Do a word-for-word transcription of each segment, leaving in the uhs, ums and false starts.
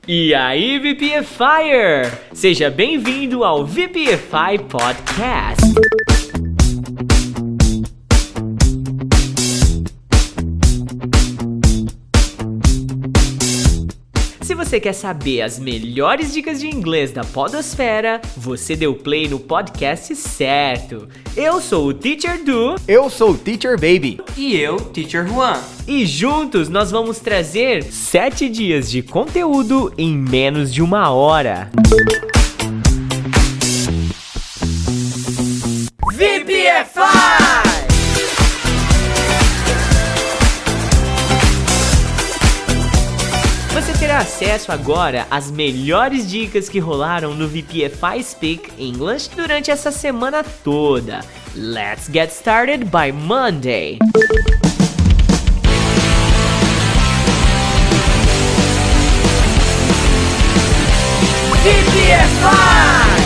E aí, VPFire! Seja bem-vindo ao V P F I Podcast. Se você quer saber as melhores dicas de inglês da podosfera, você deu play no podcast certo. Eu sou o Teacher Du. Eu sou o Teacher Baby. E eu, Teacher Juan. E juntos nós vamos trazer sete dias de conteúdo em menos de uma hora. V P F I! Você terá acesso agora às melhores dicas que rolaram no V P F I Speak English durante essa semana toda. Let's get started by Monday. V P F I!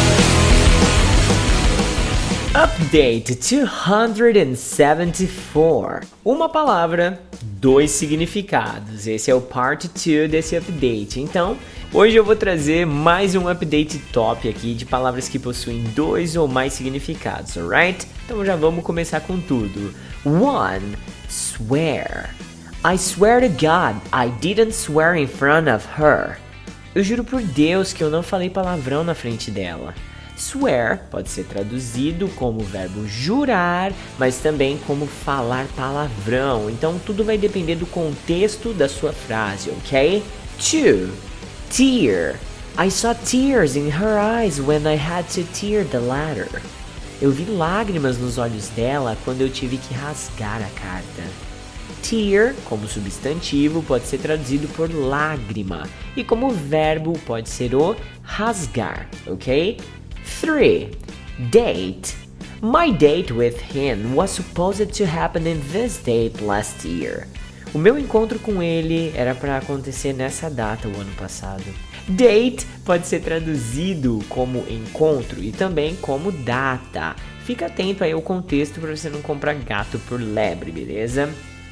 Update duzentos e setenta e quatro. Uma palavra, dois significados. Esse é o part dois desse update. Então, hoje eu vou trazer mais um update top aqui de palavras que possuem dois ou mais significados, alright? Então já vamos começar com tudo. One, swear. I swear to God, I didn't swear in front of her. Eu juro por Deus que eu não falei palavrão na frente dela. Swear pode ser traduzido como o verbo jurar, mas também como falar palavrão. Então tudo vai depender do contexto da sua frase, ok? Two, tear. I saw tears in her eyes when I had to tear the letter. Eu vi lágrimas nos olhos dela quando eu tive que rasgar a carta. Tear, como substantivo, pode ser traduzido por lágrima. E como verbo pode ser o rasgar, ok? Three, date. My date with him was supposed to happen in this date last year. O meu encontro com ele era para acontecer nessa data o ano passado. Date pode ser traduzido como encontro e também como data. Fica atento aí ao contexto para você não comprar gato por lebre, beleza?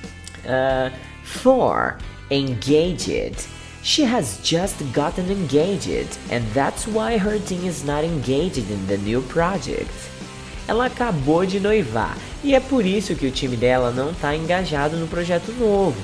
Uh, four, engaged. She has just gotten engaged, and that's why her team is not engaged in the new project. Ela acabou de noivar, e é por isso que o time dela não está engajado no projeto novo.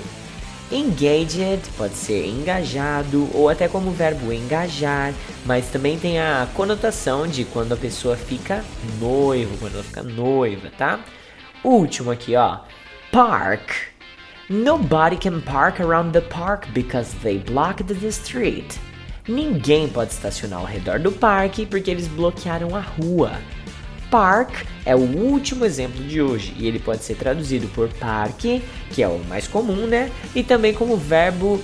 Engaged pode ser engajado, ou até como verbo engajar, mas também tem a conotação de quando a pessoa fica noivo, quando ela fica noiva, tá? Último aqui, ó. Park. Nobody can park around the park because they blocked the street. Ninguém pode estacionar ao redor do parque porque eles bloquearam a rua. Park é o último exemplo de hoje e ele pode ser traduzido por parque, que é o mais comum, né? E também como verbo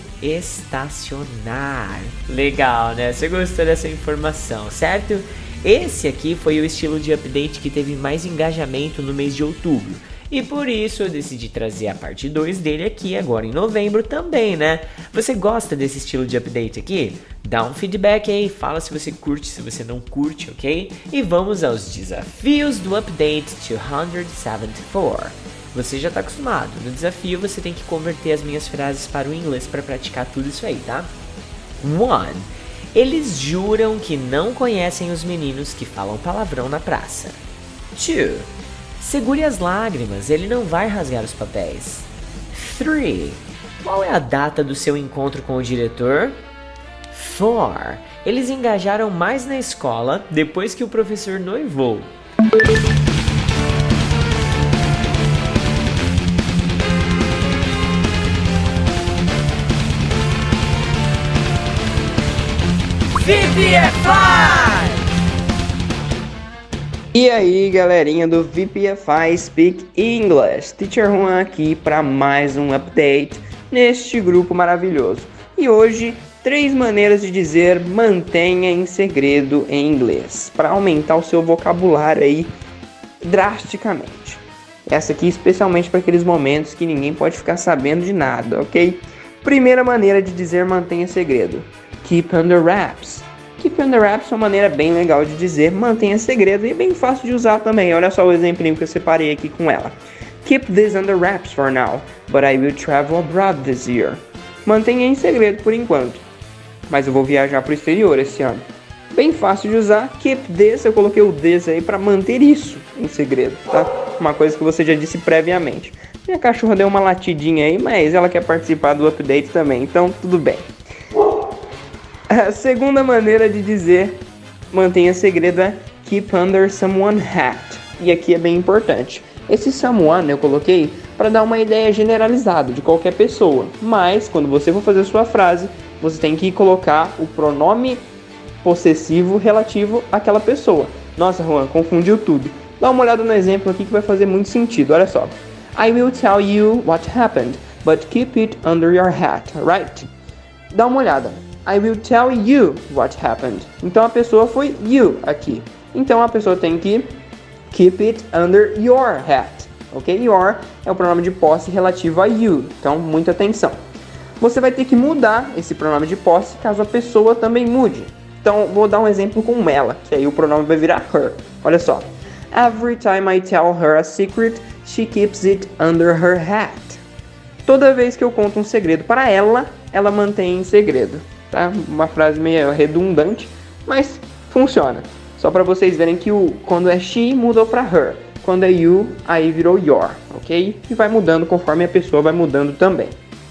estacionar. Legal, né? Você gostou dessa informação, certo? Esse aqui foi o estilo de update que teve mais engajamento no mês de outubro. E por isso eu decidi trazer a parte dois dele aqui agora em novembro também, né? Você gosta desse estilo de update aqui? Dá um feedback aí, fala se você curte, se você não curte, ok? E vamos aos desafios do update duzentos e setenta e quatro. Você já está acostumado, no desafio você tem que converter as minhas frases para o inglês para praticar tudo isso aí, tá? One. Eles juram que não conhecem os meninos que falam palavrão na praça. Two. Segure as lágrimas, ele não vai rasgar os papéis. Three. Qual é a data do seu encontro com o diretor? Four. Eles engajaram mais na escola depois que o professor noivou. V P F I! E aí, galerinha do V P F I Speak English, Teacher Juan aqui para mais um update neste grupo maravilhoso. E hoje, três maneiras de dizer mantenha em segredo em inglês, para aumentar o seu vocabulário aí drasticamente. Essa aqui especialmente para aqueles momentos que ninguém pode ficar sabendo de nada, ok? Primeira maneira de dizer mantenha segredo, keep under wraps. Keep under wraps é uma maneira bem legal de dizer mantenha segredo e bem fácil de usar também. Olha só o exemplinho que eu separei aqui com ela. Keep this under wraps for now, but I will travel abroad this year. Mantenha em segredo por enquanto. mas eu vou viajar para o exterior esse ano. Bem fácil de usar. Keep this, eu coloquei o this aí para manter isso em segredo, tá? Uma coisa que você já disse previamente. Minha cachorra deu uma latidinha aí, mas ela quer participar do update também, então tudo bem. A segunda maneira de dizer mantenha segredo é keep under someone's hat. E aqui é bem importante. Esse someone eu coloquei para dar uma ideia generalizada de qualquer pessoa. Mas quando você for fazer sua frase, você tem que colocar o pronome possessivo relativo àquela pessoa. Nossa, Juan, confundiu tudo. Dá uma olhada no exemplo aqui que vai fazer muito sentido. Olha só. I will tell you what happened, but keep it under your hat, right? Dá uma olhada. I will tell you what happened. Então a pessoa foi you aqui. Então a pessoa tem que keep it under your hat. Ok? Your é o pronome de posse relativo a you. Então muita atenção. Você vai ter que mudar esse pronome de posse caso a pessoa também mude. Então vou dar um exemplo com ela, que aí o pronome vai virar her. Olha só. Every time I tell her a secret, she keeps it under her hat. Toda vez que eu conto um segredo para ela, ela mantém em segredo. Tá? Uma frase meio redundante, mas funciona. Só para vocês verem que o, quando é she, mudou para her. Quando é you, aí virou your, ok? E vai mudando conforme a pessoa vai mudando também.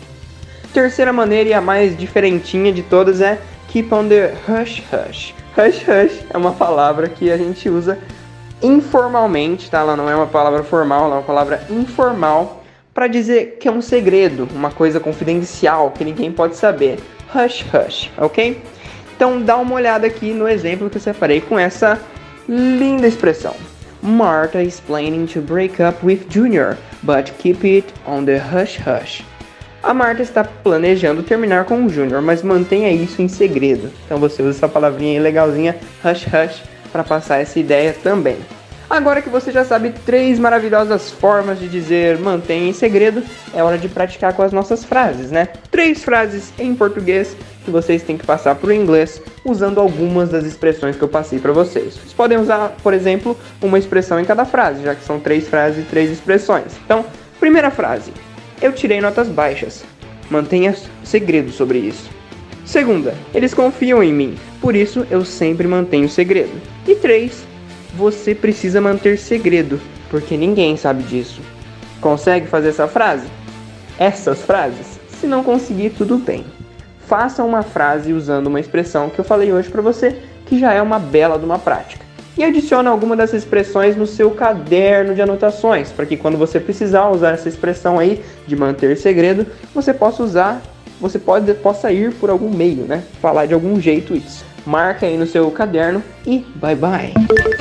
Terceira maneira e a mais diferentinha de todas é keep on the hush hush. Hush hush é uma palavra que a gente usa informalmente, tá? Ela não é uma palavra formal, ela é uma palavra informal para dizer que é um segredo, uma coisa confidencial que ninguém pode saber. Hush hush, ok? Então dá uma olhada aqui no exemplo que eu separei com essa linda expressão. Martha is planning to break up with Junior, but keep it on the hush hush. A Martha está planejando terminar com o Junior, mas mantenha isso em segredo. Então você usa essa palavrinha aí legalzinha, hush hush, para passar essa ideia também. Agora que você já sabe três maravilhosas formas de dizer mantenha em segredo, é hora de praticar com as nossas frases, né? Três frases em português que vocês têm que passar para o inglês usando algumas das expressões que eu passei para vocês. Vocês podem usar, por exemplo, uma expressão em cada frase, já que são três frases e três expressões. Então, primeira frase. Eu tirei notas baixas. Mantenha segredo sobre isso. Segunda. Eles confiam em mim. Por isso, eu sempre mantenho segredo. E três. Você precisa manter segredo, porque ninguém sabe disso. Consegue fazer essa frase? Essas frases? Se não conseguir, tudo bem. Faça uma frase usando uma expressão que eu falei hoje para você, que já é uma bela de uma prática. E adicione alguma dessas expressões no seu caderno de anotações, para que quando você precisar usar essa expressão aí de manter segredo, você possa usar, você pode, possa ir por algum meio, né? Falar de algum jeito isso. Marca aí no seu caderno e bye bye!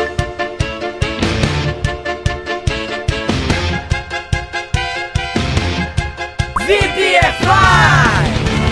V P F I!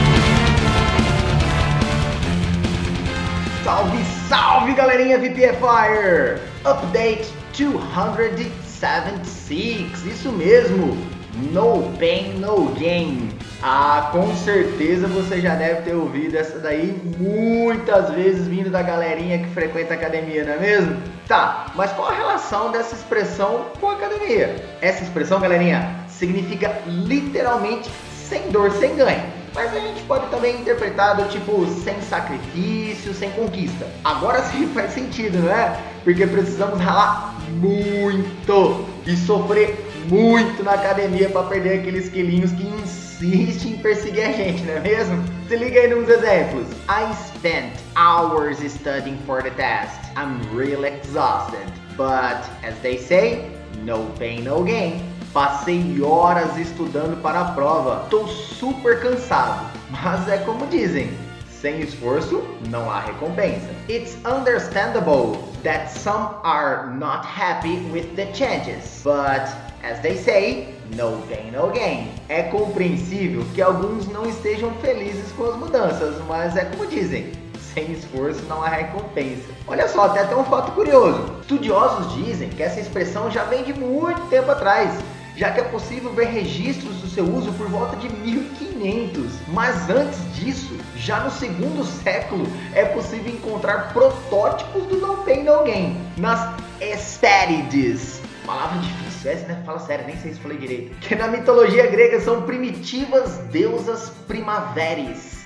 Salve, salve galerinha VPFire! Update duzentos e setenta e seis, isso mesmo! No pain, no gain. Ah, com certeza você já deve ter ouvido essa daí muitas vezes vindo da galerinha que frequenta a academia, não é mesmo? Tá, mas qual a relação dessa expressão com a academia? Essa expressão, galerinha, significa literalmente sem dor, sem ganho. Mas a gente pode também interpretar do tipo sem sacrifício, sem conquista. Agora sim faz sentido, não é? Porque precisamos ralar muito e sofrer muito na academia para perder aqueles quilinhos que insistem em perseguir a gente, não é mesmo? Se liga aí nos exemplos. I spent hours studying for the test. I'm really exhausted. But, as they say, no pain, no gain. Passei horas estudando para a prova. Tô super cansado. Mas é como dizem, sem esforço não há recompensa. It's understandable that some are not happy with the changes. But, as they say, no pain, no gain. É compreensível que alguns não estejam felizes com as mudanças, mas é como dizem, sem esforço não há recompensa. Olha só, até tem um fato curioso. Estudiosos dizem que essa expressão já vem de muito tempo atrás, já que é possível ver registros do seu uso por volta de mil e quinhentos. Mas antes disso, já no segundo século, é possível encontrar protótipos do no pain, no gain nas Hespérides. Palavra difícil essa, né? Fala sério, nem sei se falei direito. Que na mitologia grega são primitivas deusas primaveres,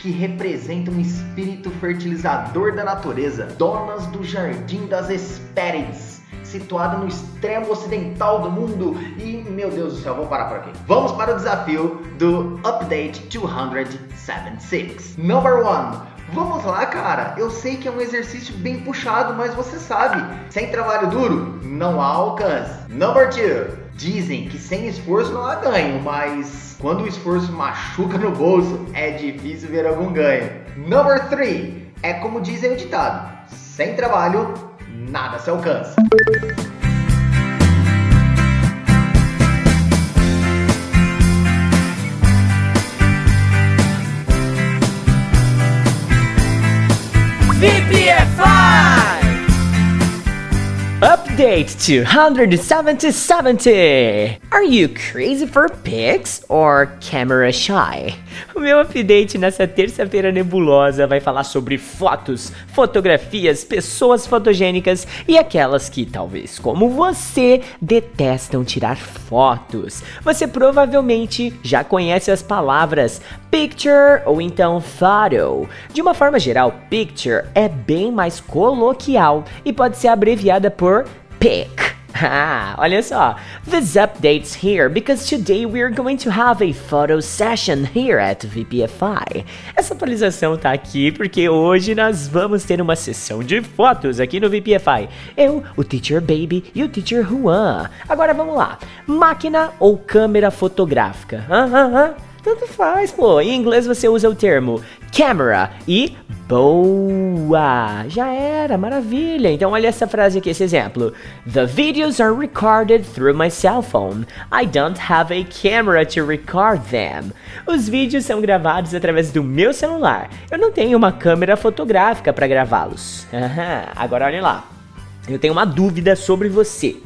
que representam um espírito fertilizador da natureza, donas do Jardim das Hespérides, situado no extremo ocidental do mundo. E, meu Deus do céu, vou parar por aqui. Vamos para o desafio do Update duzentos e setenta e seis. Number one. Vamos lá, cara. Eu sei que é um exercício bem puxado, mas você sabe, sem trabalho duro, não há alcance. Number two. Dizem que sem esforço não há ganho, mas quando o esforço machuca no bolso, é difícil ver algum ganho. Number three. É como dizem o ditado, sem trabalho, nada se alcança. V P F I! Update duzentos e setenta e sete! Are you crazy for pics or camera shy? O meu update nessa terça-feira nebulosa vai falar sobre fotos, fotografias, pessoas fotogênicas e aquelas que, talvez como você, detestam tirar fotos. Você provavelmente já conhece as palavras picture ou então photo. De uma forma geral, picture é bem mais coloquial e pode ser abreviada por pic. Ah, olha só. This update's here because today we're going to have a photo session here at V P F I. Essa atualização tá aqui porque hoje nós vamos ter uma sessão de fotos aqui no V P F I. Eu, o Teacher Baby e o Teacher Juan. Agora vamos lá. Máquina ou câmera fotográfica? Hã, hã, hã? Tanto faz, pô. Em inglês você usa o termo camera e boa. Já era, maravilha. Então olha essa frase aqui, esse exemplo. The videos are recorded through my cell phone. I don't have a camera to record them. Os vídeos são gravados através do meu celular. Eu não tenho uma câmera fotográfica para gravá-los. Aham. Agora olha lá. Eu tenho uma dúvida sobre você.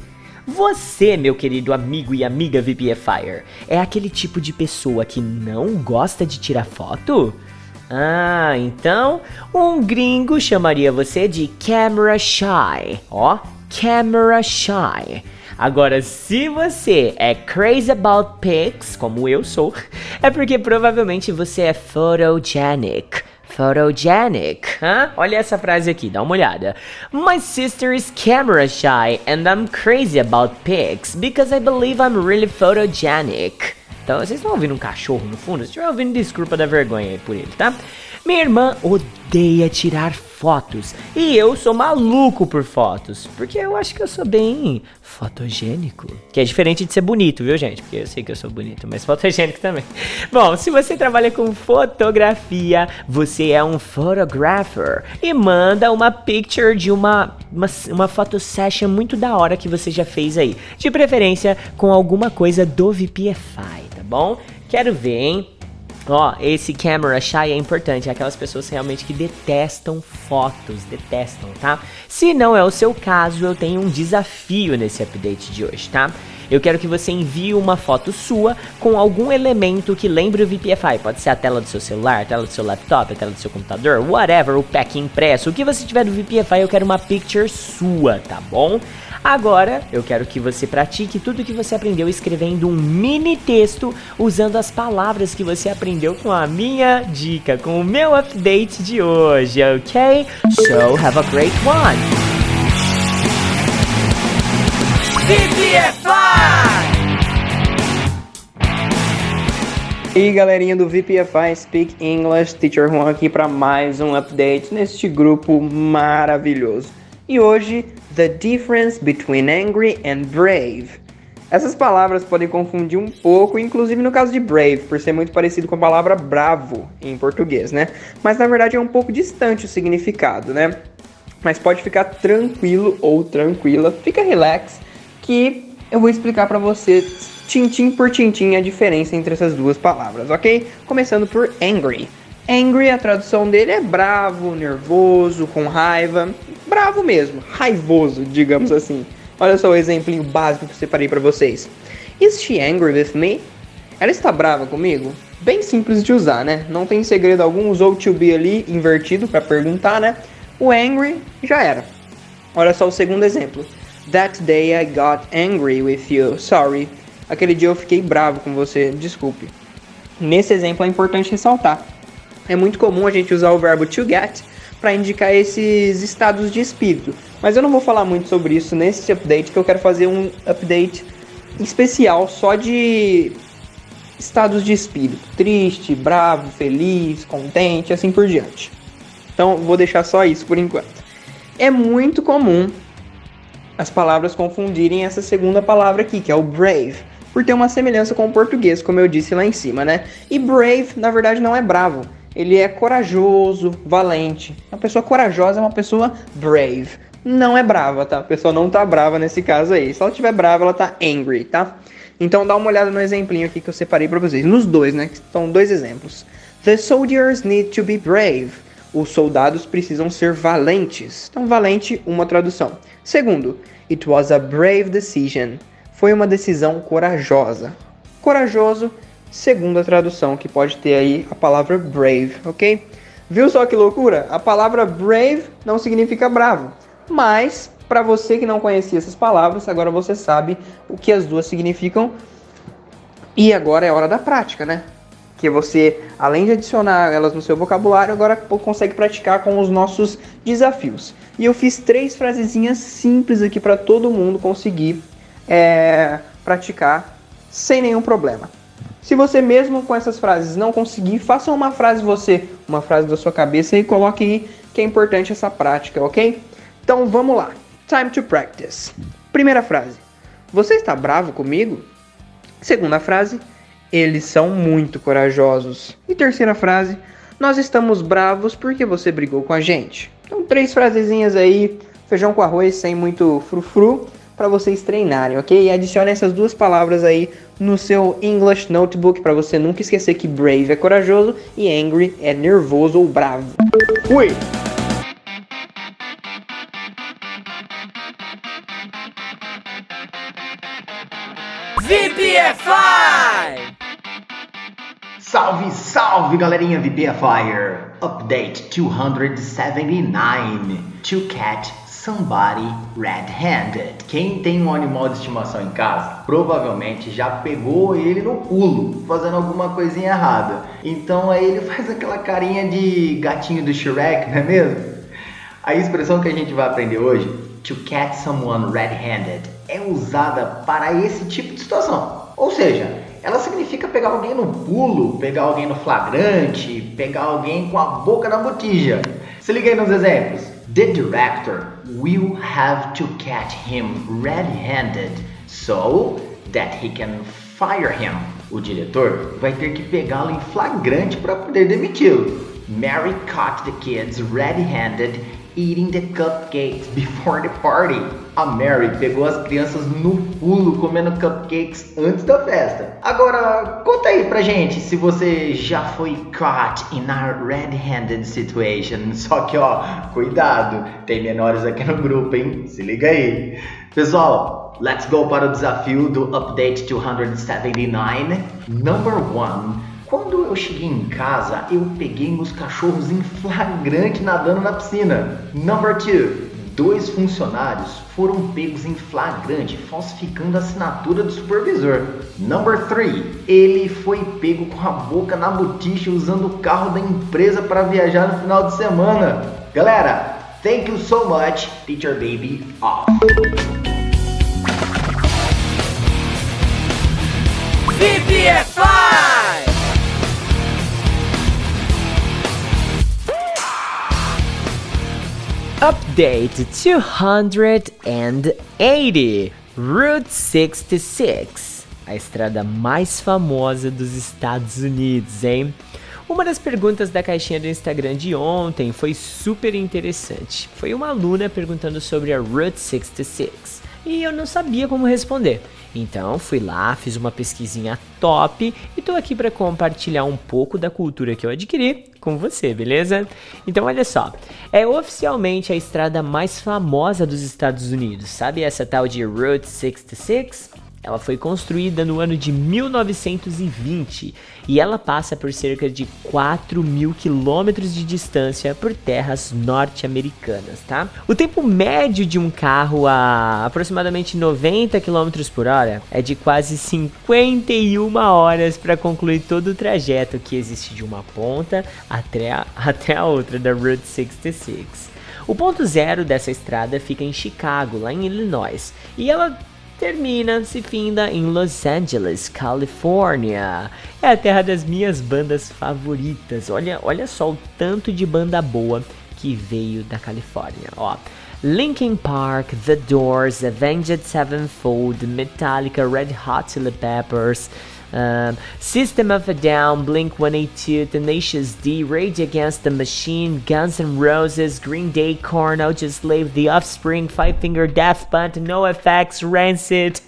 Você, meu querido amigo e amiga VPFire, é aquele tipo de pessoa que não gosta de tirar foto? Ah, então um gringo chamaria você de camera shy. Ó, camera shy. Agora, se você é crazy about pics, como eu sou, é porque provavelmente você é photogenic. Photogenic, huh? Olha essa frase aqui, dá uma olhada. My sister is camera shy and I'm crazy about pics because I believe I'm really photogenic. Então, vocês estão ouvindo um cachorro no fundo? Se estiver ouvindo, desculpa da vergonha aí por ele, tá? Minha irmã odeia tirar fotos e eu sou maluco por fotos, porque eu acho que eu sou bem fotogênico, que é diferente de ser bonito, viu, gente? Porque eu sei que eu sou bonito, mas fotogênico também. Bom, se você trabalha com fotografia, você é um photographer e manda uma picture de uma, uma, uma photo session muito da hora que você já fez aí, de preferência com alguma coisa do V P F I, tá bom? Quero ver, hein? Ó, esse camera shy é importante, é aquelas pessoas realmente que detestam fotos, detestam, tá? Se não é o seu caso, eu tenho um desafio nesse update de hoje, tá? Eu quero que você envie uma foto sua com algum elemento que lembre o V P F I. Pode ser a tela do seu celular, a tela do seu laptop, a tela do seu computador, whatever, o pack impresso. O que você tiver do V P F I, eu quero uma picture sua, tá bom? Agora, eu quero que você pratique tudo que você aprendeu escrevendo um mini texto usando as palavras que você aprendeu com a minha dica, com o meu update de hoje, ok? So, have a great one! V P F I! E aí, galerinha do V P F I Speak English, Teacher Juan aqui para mais um update neste grupo maravilhoso. E hoje, the difference between angry and brave. Essas palavras podem confundir um pouco, inclusive no caso de brave, por ser muito parecido com a palavra bravo em português, né? Mas na verdade é um pouco distante o significado, né? Mas pode ficar tranquilo ou tranquila, fica relax, que eu vou explicar para você tintim por tintim a diferença entre essas duas palavras, ok? Começando por angry. Angry, a tradução dele é bravo, nervoso, com raiva. Bravo mesmo, raivoso, digamos assim. Olha só o exemplinho básico que eu separei pra vocês. Is she angry with me? Ela está brava comigo? Bem simples de usar, né? Não tem segredo algum, usou o to be ali invertido pra perguntar, né? O angry já era. Olha só o segundo exemplo. That day I got angry with you, sorry. Aquele dia eu fiquei bravo com você, desculpe. Nesse exemplo é importante ressaltar. é muito comum a gente usar o verbo to get para indicar esses estados de espírito. Mas eu não vou falar muito sobre isso nesse update, que eu quero fazer um update especial só de estados de espírito. Triste, bravo, feliz, contente, assim por diante. Então vou deixar só isso por enquanto. É muito comum as palavras confundirem essa segunda palavra aqui, que é o brave, por ter uma semelhança com o português, como eu disse lá em cima, né? E brave, na verdade, não é bravo. Ele é corajoso, valente. Uma pessoa corajosa é uma pessoa brave. Não é brava, tá? A pessoa não tá brava nesse caso aí. Se ela estiver brava, ela tá angry, tá? Então dá uma olhada no exemplinho aqui que eu separei pra vocês. Nos dois, né? Que são dois exemplos. The soldiers need to be brave. Os soldados precisam ser valentes. Então, valente, uma tradução. Segundo, it was a brave decision. Foi uma decisão corajosa. Corajoso, segunda tradução, que pode ter aí a palavra brave, ok? Viu só que loucura? A palavra brave não significa bravo. Mas, para você que não conhecia essas palavras, agora você sabe o que as duas significam. E agora é hora da prática, né? Que você, além de adicionar elas no seu vocabulário, agora consegue praticar com os nossos desafios. E eu fiz três frasezinhas simples aqui para todo mundo conseguir é, praticar sem nenhum problema. Se você mesmo com essas frases não conseguir, faça uma frase você, uma frase da sua cabeça e coloque aí que é importante essa prática, ok? Então vamos lá. Time to practice. Primeira frase. Você está bravo comigo? Segunda frase. Eles são muito corajosos. E terceira frase, nós estamos bravos porque você brigou com a gente. Então, três frasezinhas aí, feijão com arroz, sem muito frufru, para vocês treinarem, ok? E adicione essas duas palavras aí no seu English Notebook, para você nunca esquecer que brave é corajoso e angry é nervoso ou bravo. Fui! V P F I! Salve, salve, galerinha V P F I! Update two seventy-nine. To catch somebody red-handed. Quem tem um animal de estimação em casa, provavelmente já pegou ele no pulo, fazendo alguma coisinha errada. Então aí ele faz aquela carinha de gatinho do Shrek, não é mesmo? A expressão que a gente vai aprender hoje, to catch someone red-handed, é usada para esse tipo de situação. Ou seja, ela significa pegar alguém no pulo, pegar alguém no flagrante, pegar alguém com a boca na botija. Se liga aí nos exemplos. The director will have to catch him red-handed so that he can fire him. O diretor vai ter que pegá-lo em flagrante para poder demiti-lo. Mary caught the kids red-handed eating the cupcakes before the party. A Mary pegou as crianças no pulo comendo cupcakes antes da festa. Agora, conta aí pra gente se você já foi caught in a red-handed situation. Só que, ó, cuidado, tem menores aqui no grupo, hein? Se liga aí. Pessoal, let's go para o desafio do Update two seventy-nine. Number one. Quando eu cheguei em casa, eu peguei meus cachorros em flagrante nadando na piscina. Number two. Dois funcionários foram pegos em flagrante falsificando a assinatura do supervisor. Number three. Ele foi pego com a boca na botija usando o carro da empresa para viajar no final de semana. Galera, thank you so much. Teacher Baby off. V P F I! Update two eighty, Route sixty-six, a estrada mais famosa dos Estados Unidos, hein? Uma das perguntas da caixinha do Instagram de ontem foi super interessante. Foi uma aluna perguntando sobre a Route sixty-six e eu não sabia como responder. Então fui lá, fiz uma pesquisinha top e tô aqui para compartilhar um pouco da cultura que eu adquiri com você, beleza? Então olha só, é oficialmente a estrada mais famosa dos Estados Unidos, sabe essa tal de Route sixty-six? Ela foi construída no ano de mil novecentos e vinte e ela passa por cerca de quatro mil quilômetros de distância por terras norte-americanas, tá? O tempo médio de um carro a aproximadamente noventa quilômetros por hora é de quase cinquenta e uma horas para concluir todo o trajeto que existe de uma ponta até a, até a outra da Route sessenta e seis. O ponto zero dessa estrada fica em Chicago, lá em Illinois, e ela termina, se finda em Los Angeles, Califórnia. É a terra das minhas bandas favoritas. Olha, olha só o tanto de banda boa que veio da Califórnia. Ó, Linkin Park, The Doors, Avenged Sevenfold, Metallica, Red Hot Chili Peppers, Um, System of a Down, Blink one eighty-two, Tenacious D, Rage Against the Machine, Guns N' Roses, Green Day, Korn, Audioslave, The Offspring, Five Finger Death Punch, NoFX, Rancid.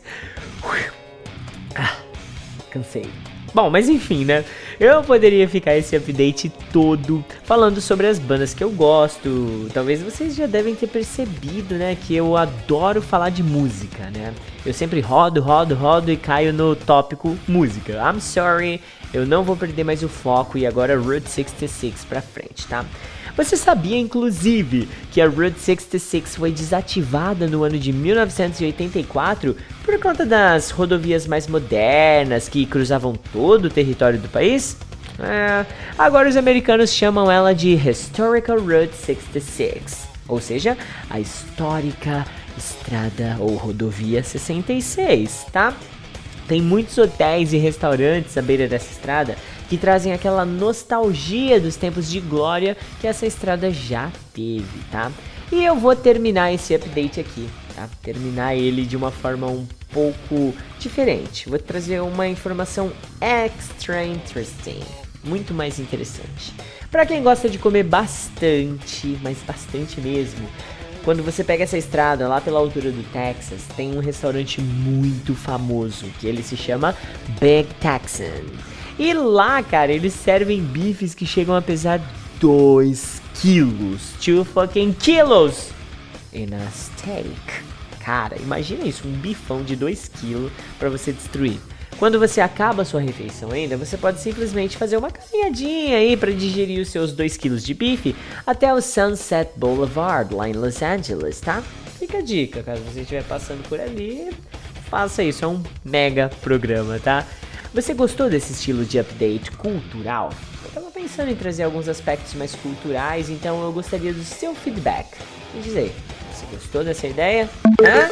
Ah, cansei. Bom, mas enfim, né? Eu poderia ficar esse update todo falando sobre as bandas que eu gosto. Talvez vocês já devem ter percebido, né, que eu adoro falar de música, né? Eu sempre rodo, rodo, rodo e caio no tópico música. I'm sorry, eu não vou perder mais o foco e agora Route sessenta e seis pra frente, tá? Você sabia, inclusive, que a Route sessenta e seis foi desativada no ano de mil novecentos e oitenta e quatro por conta das rodovias mais modernas que cruzavam todo o território do país? É, agora os americanos chamam ela de Historical Route sessenta e seis, ou seja, a histórica estrada ou rodovia sessenta e seis, tá? Tem muitos hotéis e restaurantes à beira dessa estrada que trazem aquela nostalgia dos tempos de glória que essa estrada já teve, tá? E eu vou terminar esse update aqui, tá? Terminar ele de uma forma um pouco diferente. Vou trazer uma informação extra interesting, muito mais interessante. Para quem gosta de comer bastante, mas bastante mesmo, quando você pega essa estrada lá pela altura do Texas, tem um restaurante muito famoso, que ele se chama Big Texan. E lá, cara, eles servem bifes que chegam a pesar dois quilos. two fucking kilos in a steak. Cara, imagina isso, um bifão de dois quilos pra você destruir. Quando você acaba a sua refeição ainda, você pode simplesmente fazer uma caminhadinha aí para digerir os seus dois quilos de bife até o Sunset Boulevard, lá em Los Angeles, tá? Fica a dica, caso você estiver passando por ali, faça isso, é um mega programa, tá? Você gostou desse estilo de update cultural? Eu tava pensando em trazer alguns aspectos mais culturais, então eu gostaria do seu feedback. Me diz aí, você gostou dessa ideia? Hã?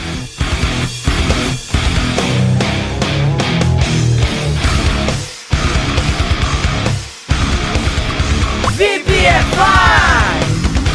V P F I!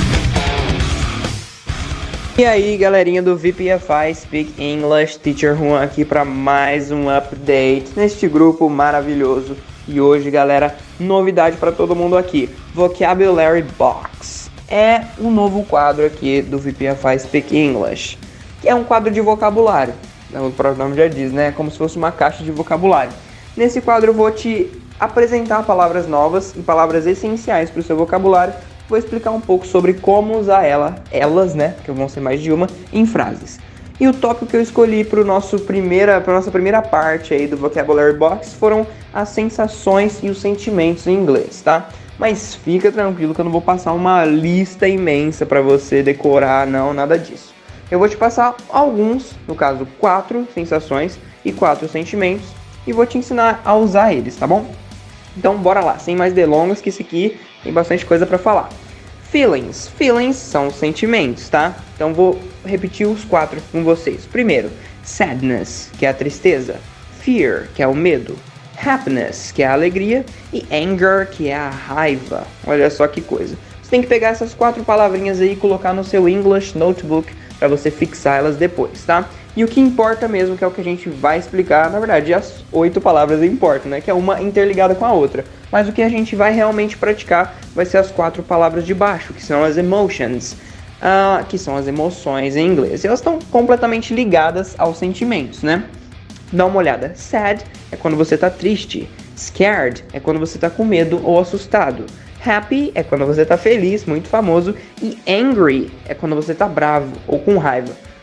E aí, galerinha do V P F I Speak English, Teacher Juan aqui para mais um update neste grupo maravilhoso. E hoje, galera, novidade para todo mundo aqui, Vocabulary Box. É um novo quadro aqui do V P F I Speak English, que é um quadro de vocabulário. O próprio nome já diz, né? Como se fosse uma caixa de vocabulário. Nesse quadro eu vou te apresentar palavras novas e palavras essenciais para o seu vocabulário. Vou explicar um pouco sobre como usar ela, elas, né, que vão ser mais de uma, em frases. E o tópico que eu escolhi para nossa primeira primeira parte aí do Vocabulary Box foram as sensações e os sentimentos em inglês, tá? Mas fica tranquilo que eu não vou passar uma lista imensa para você decorar, não, nada disso. Eu vou te passar alguns, no caso, quatro sensações e quatro sentimentos, e vou te ensinar a usar eles, tá bom? Então bora lá, sem mais delongas, que isso aqui tem bastante coisa pra falar. Feelings. Feelings são sentimentos, tá? Então vou repetir os quatro com vocês. Primeiro, sadness, que é a tristeza. Fear, que é o medo. Happiness, que é a alegria. E anger, que é a raiva. Olha só que coisa. Você tem que pegar essas quatro palavrinhas aí e colocar no seu English Notebook para você fixar elas depois, tá? E o que importa mesmo, que é o que a gente vai explicar, na verdade, as oito palavras importam, né? Que é uma interligada com a outra. Mas o que a gente vai realmente praticar vai ser as quatro palavras de baixo, que são as emotions, uh, que são as emoções em inglês. E elas estão completamente ligadas aos sentimentos, né? Dá uma olhada. Sad é quando você tá triste. Scared é quando você tá com medo ou assustado. Happy é quando você tá feliz, muito famoso. E angry é quando você tá bravo ou com raiva.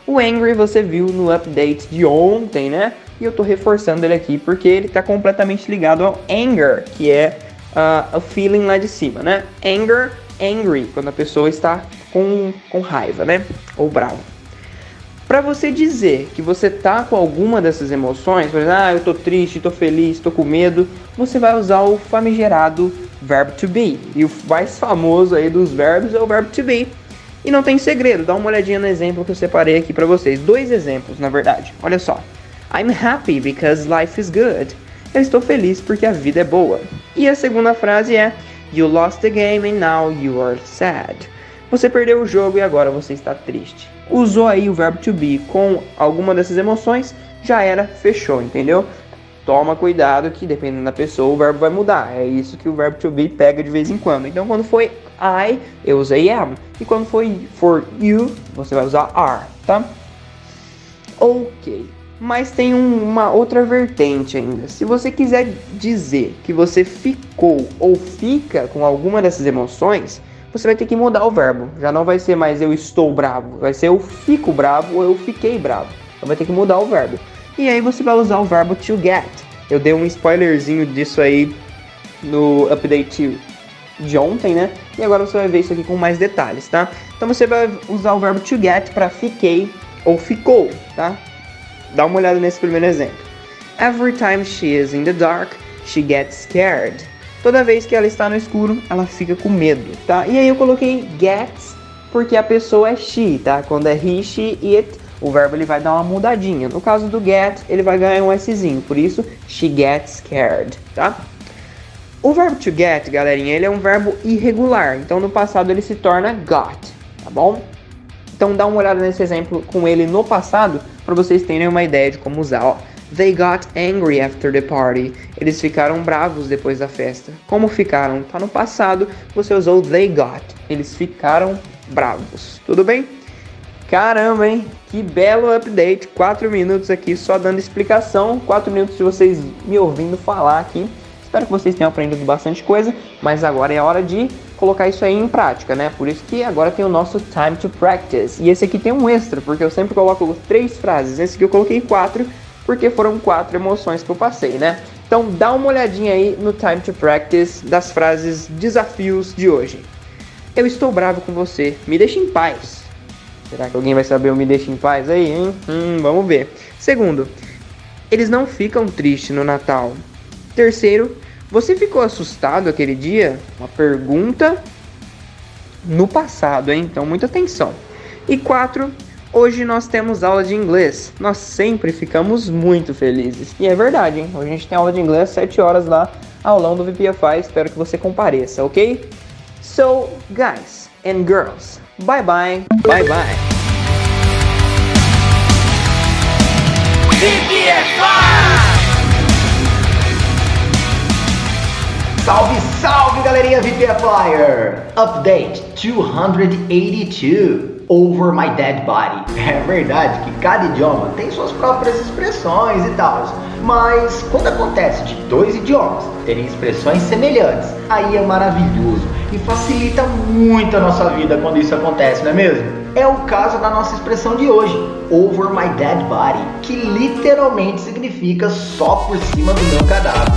O angry você viu no update de ontem, né? E eu tô reforçando ele aqui porque ele tá completamente ligado ao anger, que é uh, o feeling lá de cima, né? Anger, angry, quando a pessoa está com, com raiva, né? Ou bravo. Para você dizer que você tá com alguma dessas emoções, por exemplo, ah, eu tô triste, tô feliz, tô com medo, você vai usar o famigerado verbo to be. E o mais famoso aí dos verbos é o verbo to be. E não tem segredo, dá uma olhadinha no exemplo que eu separei aqui para vocês. Dois exemplos, na verdade. Olha só. I'm happy because life is good. Eu estou feliz porque a vida é boa. E a segunda frase é You lost the game and now you are sad. Você perdeu o jogo e agora você está triste. Usou aí o verbo to be com alguma dessas emoções, já era, fechou, entendeu? Toma cuidado que dependendo da pessoa o verbo vai mudar. É isso que o verbo to be pega de vez em quando. Então quando foi I, eu usei am. E quando foi for you, você vai usar are, tá? Ok. Mas tem um, uma outra vertente ainda. Se você quiser dizer que você ficou ou fica com alguma dessas emoções, você vai ter que mudar o verbo. Já não vai ser mais eu estou bravo, vai ser eu fico bravo ou eu fiquei bravo. Então vai ter que mudar o verbo. E aí você vai usar o verbo to get. Eu dei um spoilerzinho disso aí no update de ontem, né? E agora você vai ver isso aqui com mais detalhes, tá? Então você vai usar o verbo to get para fiquei ou ficou, tá? Dá uma olhada nesse primeiro exemplo. Every time she is in the dark, she gets scared. Toda vez que ela está no escuro, ela fica com medo, tá? E aí eu coloquei gets porque a pessoa é she, tá? Quando é he, she, it, o verbo ele vai dar uma mudadinha. No caso do get, ele vai ganhar um Szinho, por isso she gets scared, tá? O verbo to get, galerinha, ele é um verbo irregular, então no passado ele se torna got, tá bom? Então dá uma olhada nesse exemplo com ele no passado para vocês terem uma ideia de como usar, ó. They got angry after the party. Eles ficaram bravos depois da festa. Como ficaram? Tá no passado, você usou they got. Eles ficaram bravos. Tudo bem? Caramba, hein? Que belo update. Quatro minutos aqui só dando explicação. Quatro minutos de vocês me ouvindo falar aqui. Espero que vocês tenham aprendido bastante coisa. Mas agora é hora de colocar isso aí em prática, né? Por isso que agora tem o nosso time to practice. E esse aqui tem um extra, porque eu sempre coloco três frases. Esse aqui eu coloquei quatro, porque foram quatro emoções que eu passei, né? Então dá uma olhadinha aí no time to practice das frases desafios de hoje. Eu estou bravo com você, me deixa em paz. Será que alguém vai saber o me deixa em paz aí, hein? Hum, vamos ver. Segundo, eles não ficam tristes no Natal. Terceiro, você ficou assustado aquele dia? Uma pergunta no passado, hein? Então muita atenção. E quatro, hoje nós temos aula de inglês. Nós sempre ficamos muito felizes. E é verdade, hein? Hoje a gente tem aula de inglês, sete horas lá, aulão do V P F I. Espero que você compareça, ok? So, guys and girls, bye bye, bye bye. V P F I! Salve, salve, galerinha V P F I! Update duzentos e oitenta e dois. Over my dead body. É verdade que cada idioma tem suas próprias expressões e tal, mas quando acontece de dois idiomas terem expressões semelhantes, aí é maravilhoso e facilita muito a nossa vida quando isso acontece, não é mesmo? É o caso da nossa expressão de hoje, over my dead body, que literalmente significa só por cima do meu cadáver.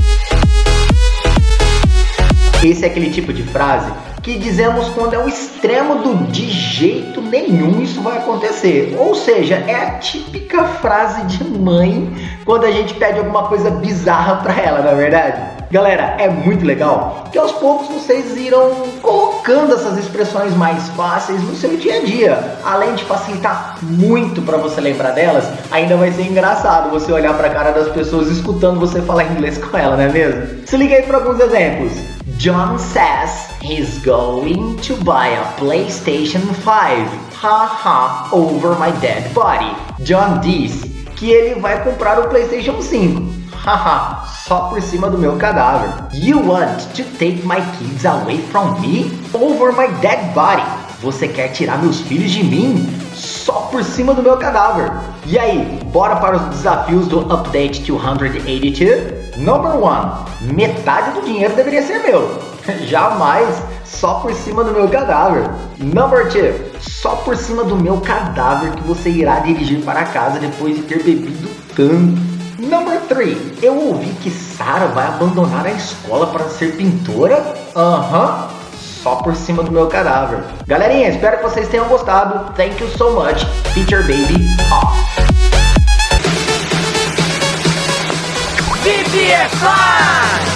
Esse é aquele tipo de frase que dizemos quando é o extremo do de jeito nenhum isso vai acontecer. Ou seja, é a típica frase de mãe quando a gente pede alguma coisa bizarra pra ela, não é verdade? Galera, é muito legal que aos poucos vocês irão colocando essas expressões mais fáceis no seu dia a dia. Além de facilitar muito para você lembrar delas, ainda vai ser engraçado você olhar para a cara das pessoas escutando você falar inglês com ela, não é mesmo? Se liga aí para alguns exemplos. John says he's going to buy a PlayStation five. Haha, over my dead body. John disse que ele vai comprar o PlayStation cinco. Haha, só por cima do meu cadáver. You want to take my kids away from me? Over my dead body. Você quer tirar meus filhos de mim? Só por cima do meu cadáver. E aí, bora para os desafios do Update duzentos e oitenta e dois? Number one, metade do dinheiro deveria ser meu. Jamais só por cima do meu cadáver. Number two, só por cima do meu cadáver que você irá dirigir para casa depois de ter bebido tanto. Number three, eu ouvi que Sarah vai abandonar a escola para ser pintora? Aham, uh-huh. Só por cima do meu cadáver. Galerinha, espero que vocês tenham gostado. Thank you so much. Teacher Baby off. V P F I!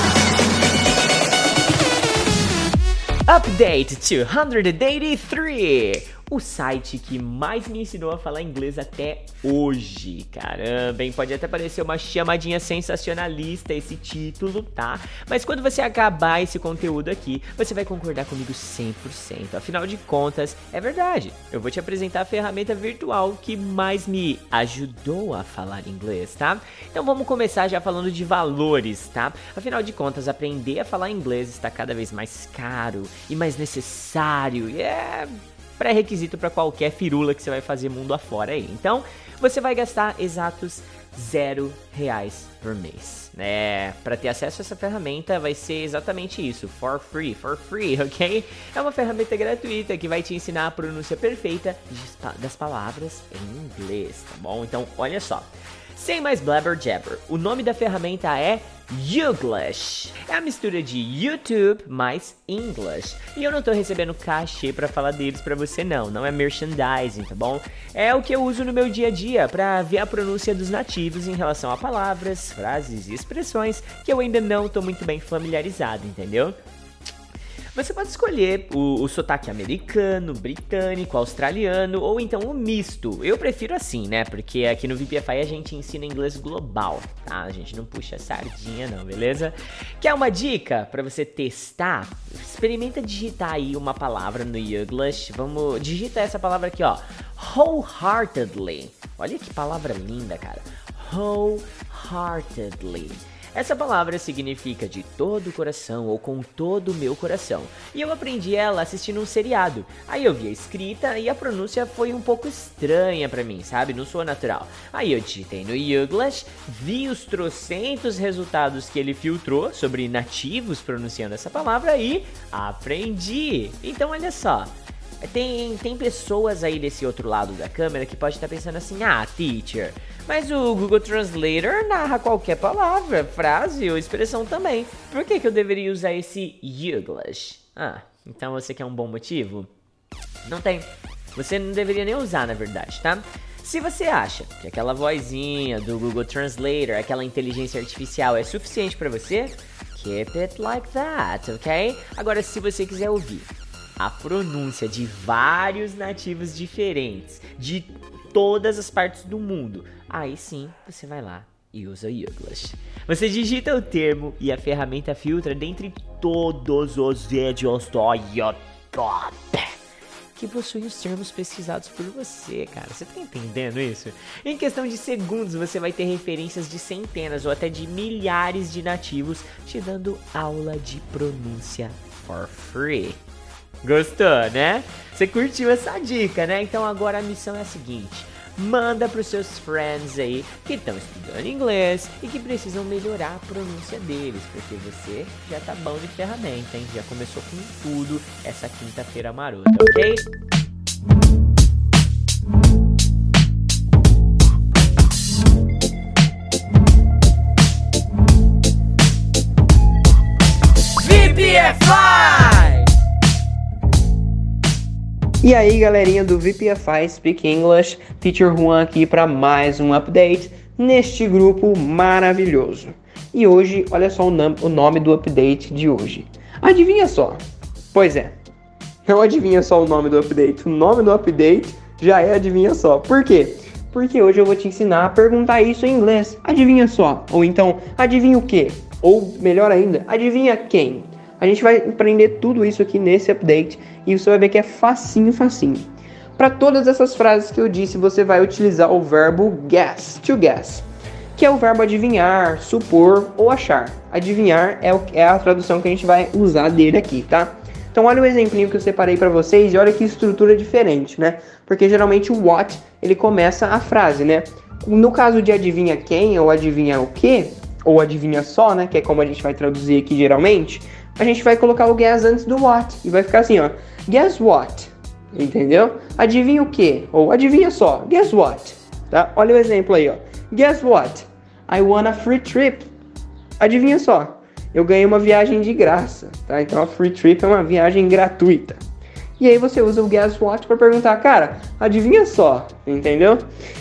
Update duzentos e oitenta e três, o site que mais me ensinou a falar inglês até hoje. Caramba, hein? Pode até parecer uma chamadinha sensacionalista esse título, tá? Mas quando você acabar esse conteúdo aqui, você vai concordar comigo cem por cento. Afinal de contas, é verdade. Eu vou te apresentar a ferramenta virtual que mais me ajudou a falar inglês, tá? Então vamos começar já falando de valores, tá? Afinal de contas, aprender a falar inglês está cada vez mais caro e mais necessário. E é pré-requisito para qualquer firula que você vai fazer mundo afora aí. Então, você vai gastar exatos zero reais por mês. É, para ter acesso a essa ferramenta vai ser exatamente isso, for free, for free, ok? É uma ferramenta gratuita que vai te ensinar a pronúncia perfeita das palavras em inglês, tá bom? Então, olha só. Sem mais blabber jabber, o nome da ferramenta é Youglish. É a mistura de YouTube mais English. E eu não tô recebendo cachê pra falar deles pra você não, não é merchandising, tá bom? É o que eu uso no meu dia a dia pra ver a pronúncia dos nativos em relação a palavras, frases e expressões que eu ainda não tô muito bem familiarizado, entendeu? Você pode escolher o, o sotaque americano, britânico, australiano ou então o misto. Eu prefiro assim, né? Porque aqui no V P F I a gente ensina inglês global, tá? A gente não puxa sardinha não, beleza? Quer uma dica para você testar? Experimenta digitar aí uma palavra no Youglish. Vamos, digita essa palavra aqui, ó. Wholeheartedly. Olha que palavra linda, cara. Wholeheartedly. Essa palavra significa de todo o coração ou com todo o meu coração. E eu aprendi ela assistindo um seriado. Aí eu vi a escrita e a pronúncia foi um pouco estranha pra mim, sabe? Não soa natural. Aí eu digitei no Youglish, vi os trocentos resultados que ele filtrou sobre nativos pronunciando essa palavra e aprendi. Então olha só. Tem, tem pessoas aí desse outro lado da câmera que pode estar pensando assim, ah, teacher, mas o Google Translator narra qualquer palavra, frase ou expressão também. Por que que eu deveria usar esse Youglish? Ah, então você quer um bom motivo? Não tem. Você não deveria nem usar, na verdade, tá? Se você acha que aquela vozinha do Google Translator, aquela inteligência artificial é suficiente pra você, keep it like that, ok? Agora, se você quiser ouvir a pronúncia de vários nativos diferentes, de todas as partes do mundo, aí sim você vai lá e usa o Youglish. Você digita o termo e a ferramenta filtra dentre todos os vídeos do YouTube que possuem os termos pesquisados por você, cara. Você tá entendendo isso? Em questão de segundos, você vai ter referências de centenas ou até de milhares de nativos te dando aula de pronúncia for free. Gostou, né? Você curtiu essa dica, né? Então agora a missão é a seguinte: manda pros seus friends aí que estão estudando inglês e que precisam melhorar a pronúncia deles, porque você já tá bom de ferramenta, hein? Já começou com tudo essa quinta-feira marota, ok? V P F I! E aí, galerinha do V P F I Speak English, Teacher Juan aqui para mais um update neste grupo maravilhoso. E hoje, olha só o, nam- o nome do update de hoje. Adivinha só? Pois é, não adivinha só o nome do update. O nome do update já é adivinha só. Por quê? Porque hoje eu vou te ensinar a perguntar isso em inglês. Adivinha só? Ou então, adivinha o quê? Ou melhor ainda, adivinha quem? A gente vai aprender tudo isso aqui nesse update e você vai ver que é facinho, facinho. Para todas essas frases que eu disse, você vai utilizar o verbo guess, to guess, que é o verbo adivinhar, supor ou achar. Adivinhar é, o, é a tradução que a gente vai usar dele aqui, tá? Então olha o exemplinho que eu separei para vocês e olha que estrutura diferente, né? Porque geralmente o what, ele começa a frase, né? No caso de adivinha quem ou adivinha o quê, ou adivinha só, né? Que é como a gente vai traduzir aqui geralmente. a gente vai colocar o guess antes do what. E vai ficar assim, ó. Guess what? Entendeu? Adivinha o quê? Ou adivinha só. Guess what? Tá? Olha o exemplo aí, ó. Guess what? I won a free trip. Adivinha só. Eu ganhei uma viagem de graça, tá? Então a free trip é uma viagem gratuita. E aí você usa o guess what para perguntar, cara, adivinha só, entendeu?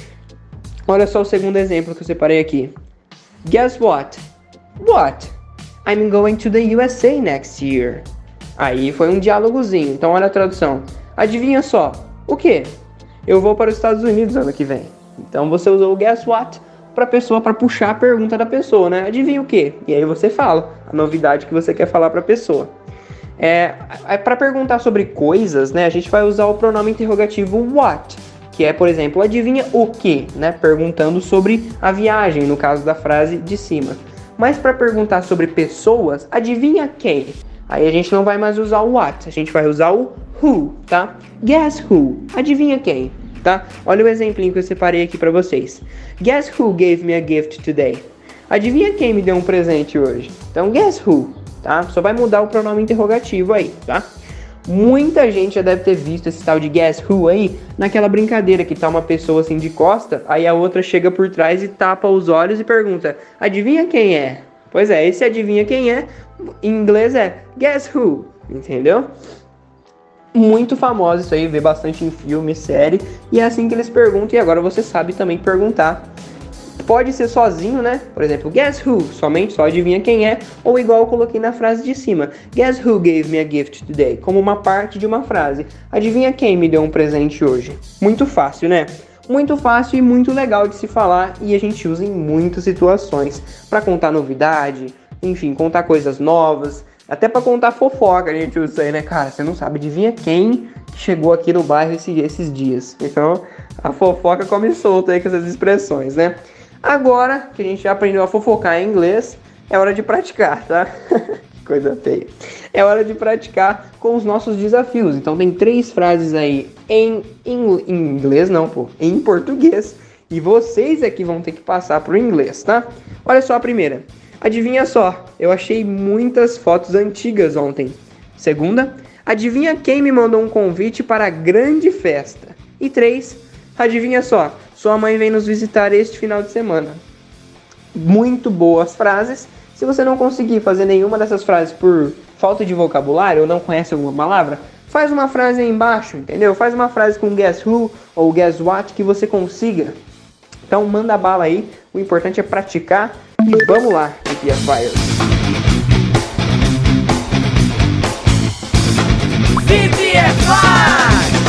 Olha só o segundo exemplo que eu separei aqui. Guess what? What? I'm going to the U S A next year. Aí foi um diálogozinho, então olha a tradução. Adivinha só, o quê? Eu vou para os Estados Unidos ano que vem. Então você usou o guess what para a pessoa, para puxar a pergunta da pessoa, né? Adivinha o quê? E aí você fala a novidade que você quer falar para a pessoa. É, para perguntar sobre coisas, né? A gente vai usar o pronome interrogativo what, que é, por exemplo, adivinha o quê, né? Perguntando sobre a viagem, no caso da frase de cima. Mas para perguntar sobre pessoas, adivinha quem? Aí a gente não vai mais usar o what, a gente vai usar o who, tá? Guess who? Adivinha quem? Tá? Olha o exemplinho que eu separei aqui para vocês. Guess who gave me a gift today? Adivinha quem me deu um presente hoje? Então, guess who, tá? Só vai mudar o pronome interrogativo aí, tá? Muita gente já deve ter visto esse tal de guess who aí naquela brincadeira que tá uma pessoa assim de costa, aí a outra chega por trás e tapa os olhos e pergunta, adivinha quem é? Pois é, esse adivinha quem é, em inglês é guess who, entendeu? Muito famoso isso aí, vê bastante em filme, série, e é assim que eles perguntam, e agora você sabe também perguntar. Pode ser sozinho, né? Por exemplo, guess who? Somente só adivinha quem é, ou igual eu coloquei na frase de cima. Guess who gave me a gift today? Como uma parte de uma frase. Adivinha quem me deu um presente hoje? Muito fácil, né? Muito fácil e muito legal de se falar, e a gente usa em muitas situações. Para contar novidade, enfim, contar coisas novas. Até pra contar fofoca a gente usa isso aí, né, cara? Você não sabe, adivinha quem chegou aqui no bairro esse, esses dias. Então, a fofoca come solta aí com essas expressões, né? Agora que a gente já aprendeu a fofocar em inglês, é hora de praticar, tá? Que coisa feia. É hora de praticar com os nossos desafios. Então, tem três frases aí em, em, em inglês, não, pô, em português. E vocês é que vão ter que passar pro inglês, tá? Olha só a primeira. Adivinha só, eu achei muitas fotos antigas ontem. Segunda, adivinha quem me mandou um convite para a grande festa. E três, adivinha só, sua mãe vem nos visitar este final de semana. Muito boas frases. Se você não conseguir fazer nenhuma dessas frases por falta de vocabulário ou não conhece alguma palavra, faz uma frase aí embaixo, entendeu? Faz uma frase com guess who ou guess what que você consiga. Então manda bala aí, o importante é praticar. E vamos lá, V P F Fire. V P F I!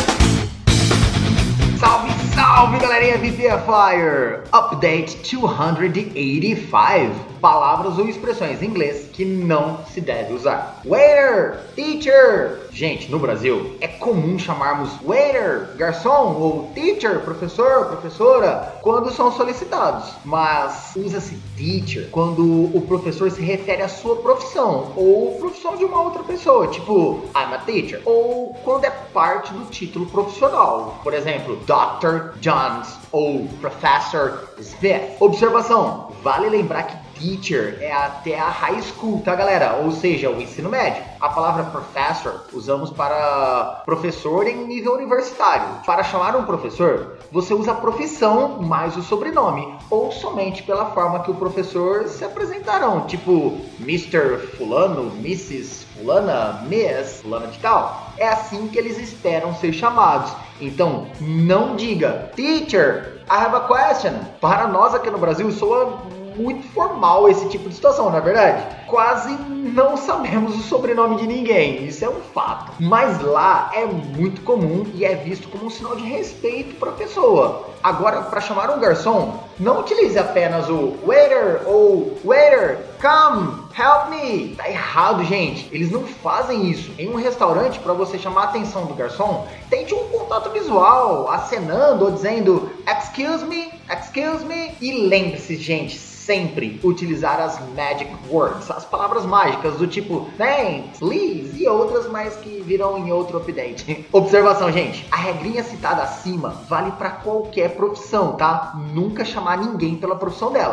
Salve, salve, galerinha V P F Fire! Update duzentos e oitenta e cinco. Palavras ou expressões em inglês que não se deve usar. Waiter, teacher. Gente, no Brasil é comum chamarmos waiter, garçom ou teacher, professor, professora, quando são solicitados. Mas usa-se teacher quando o professor se refere à sua profissão ou profissão de uma outra pessoa, tipo I'm a teacher. Ou quando é parte do título profissional, por exemplo, doutor Jones ou Professor Smith. Observação, vale lembrar que teacher é até a high school, tá, galera? Ou seja, o ensino médio. A palavra professor usamos para professor em nível universitário. Para chamar um professor, você usa a profissão mais o sobrenome, ou somente pela forma que o professor se apresentarão, tipo mister Fulano, missus Fulana, Miss Fulana de tal. É assim que eles esperam ser chamados. Então, não diga Teacher, I have a question. Para nós aqui no Brasil, soa muito formal esse tipo de situação, não é verdade? Quase não sabemos o sobrenome de ninguém, isso é um fato. Mas lá é muito comum e é visto como um sinal de respeito para a pessoa. Agora, para chamar um garçom, não utilize apenas o waiter ou waiter, come, help me. Tá errado, gente. Eles não fazem isso. Em um restaurante, para você chamar a atenção do garçom, tente um contato visual, acenando ou dizendo excuse me, excuse me. E lembre-se, gente, sempre utilizar as magic words, as palavras mágicas do tipo thanks, please e outras mais que virão em outro update. Observação, gente, a regrinha citada acima vale para qualquer profissão, tá? Nunca chamar ninguém pela profissão dela.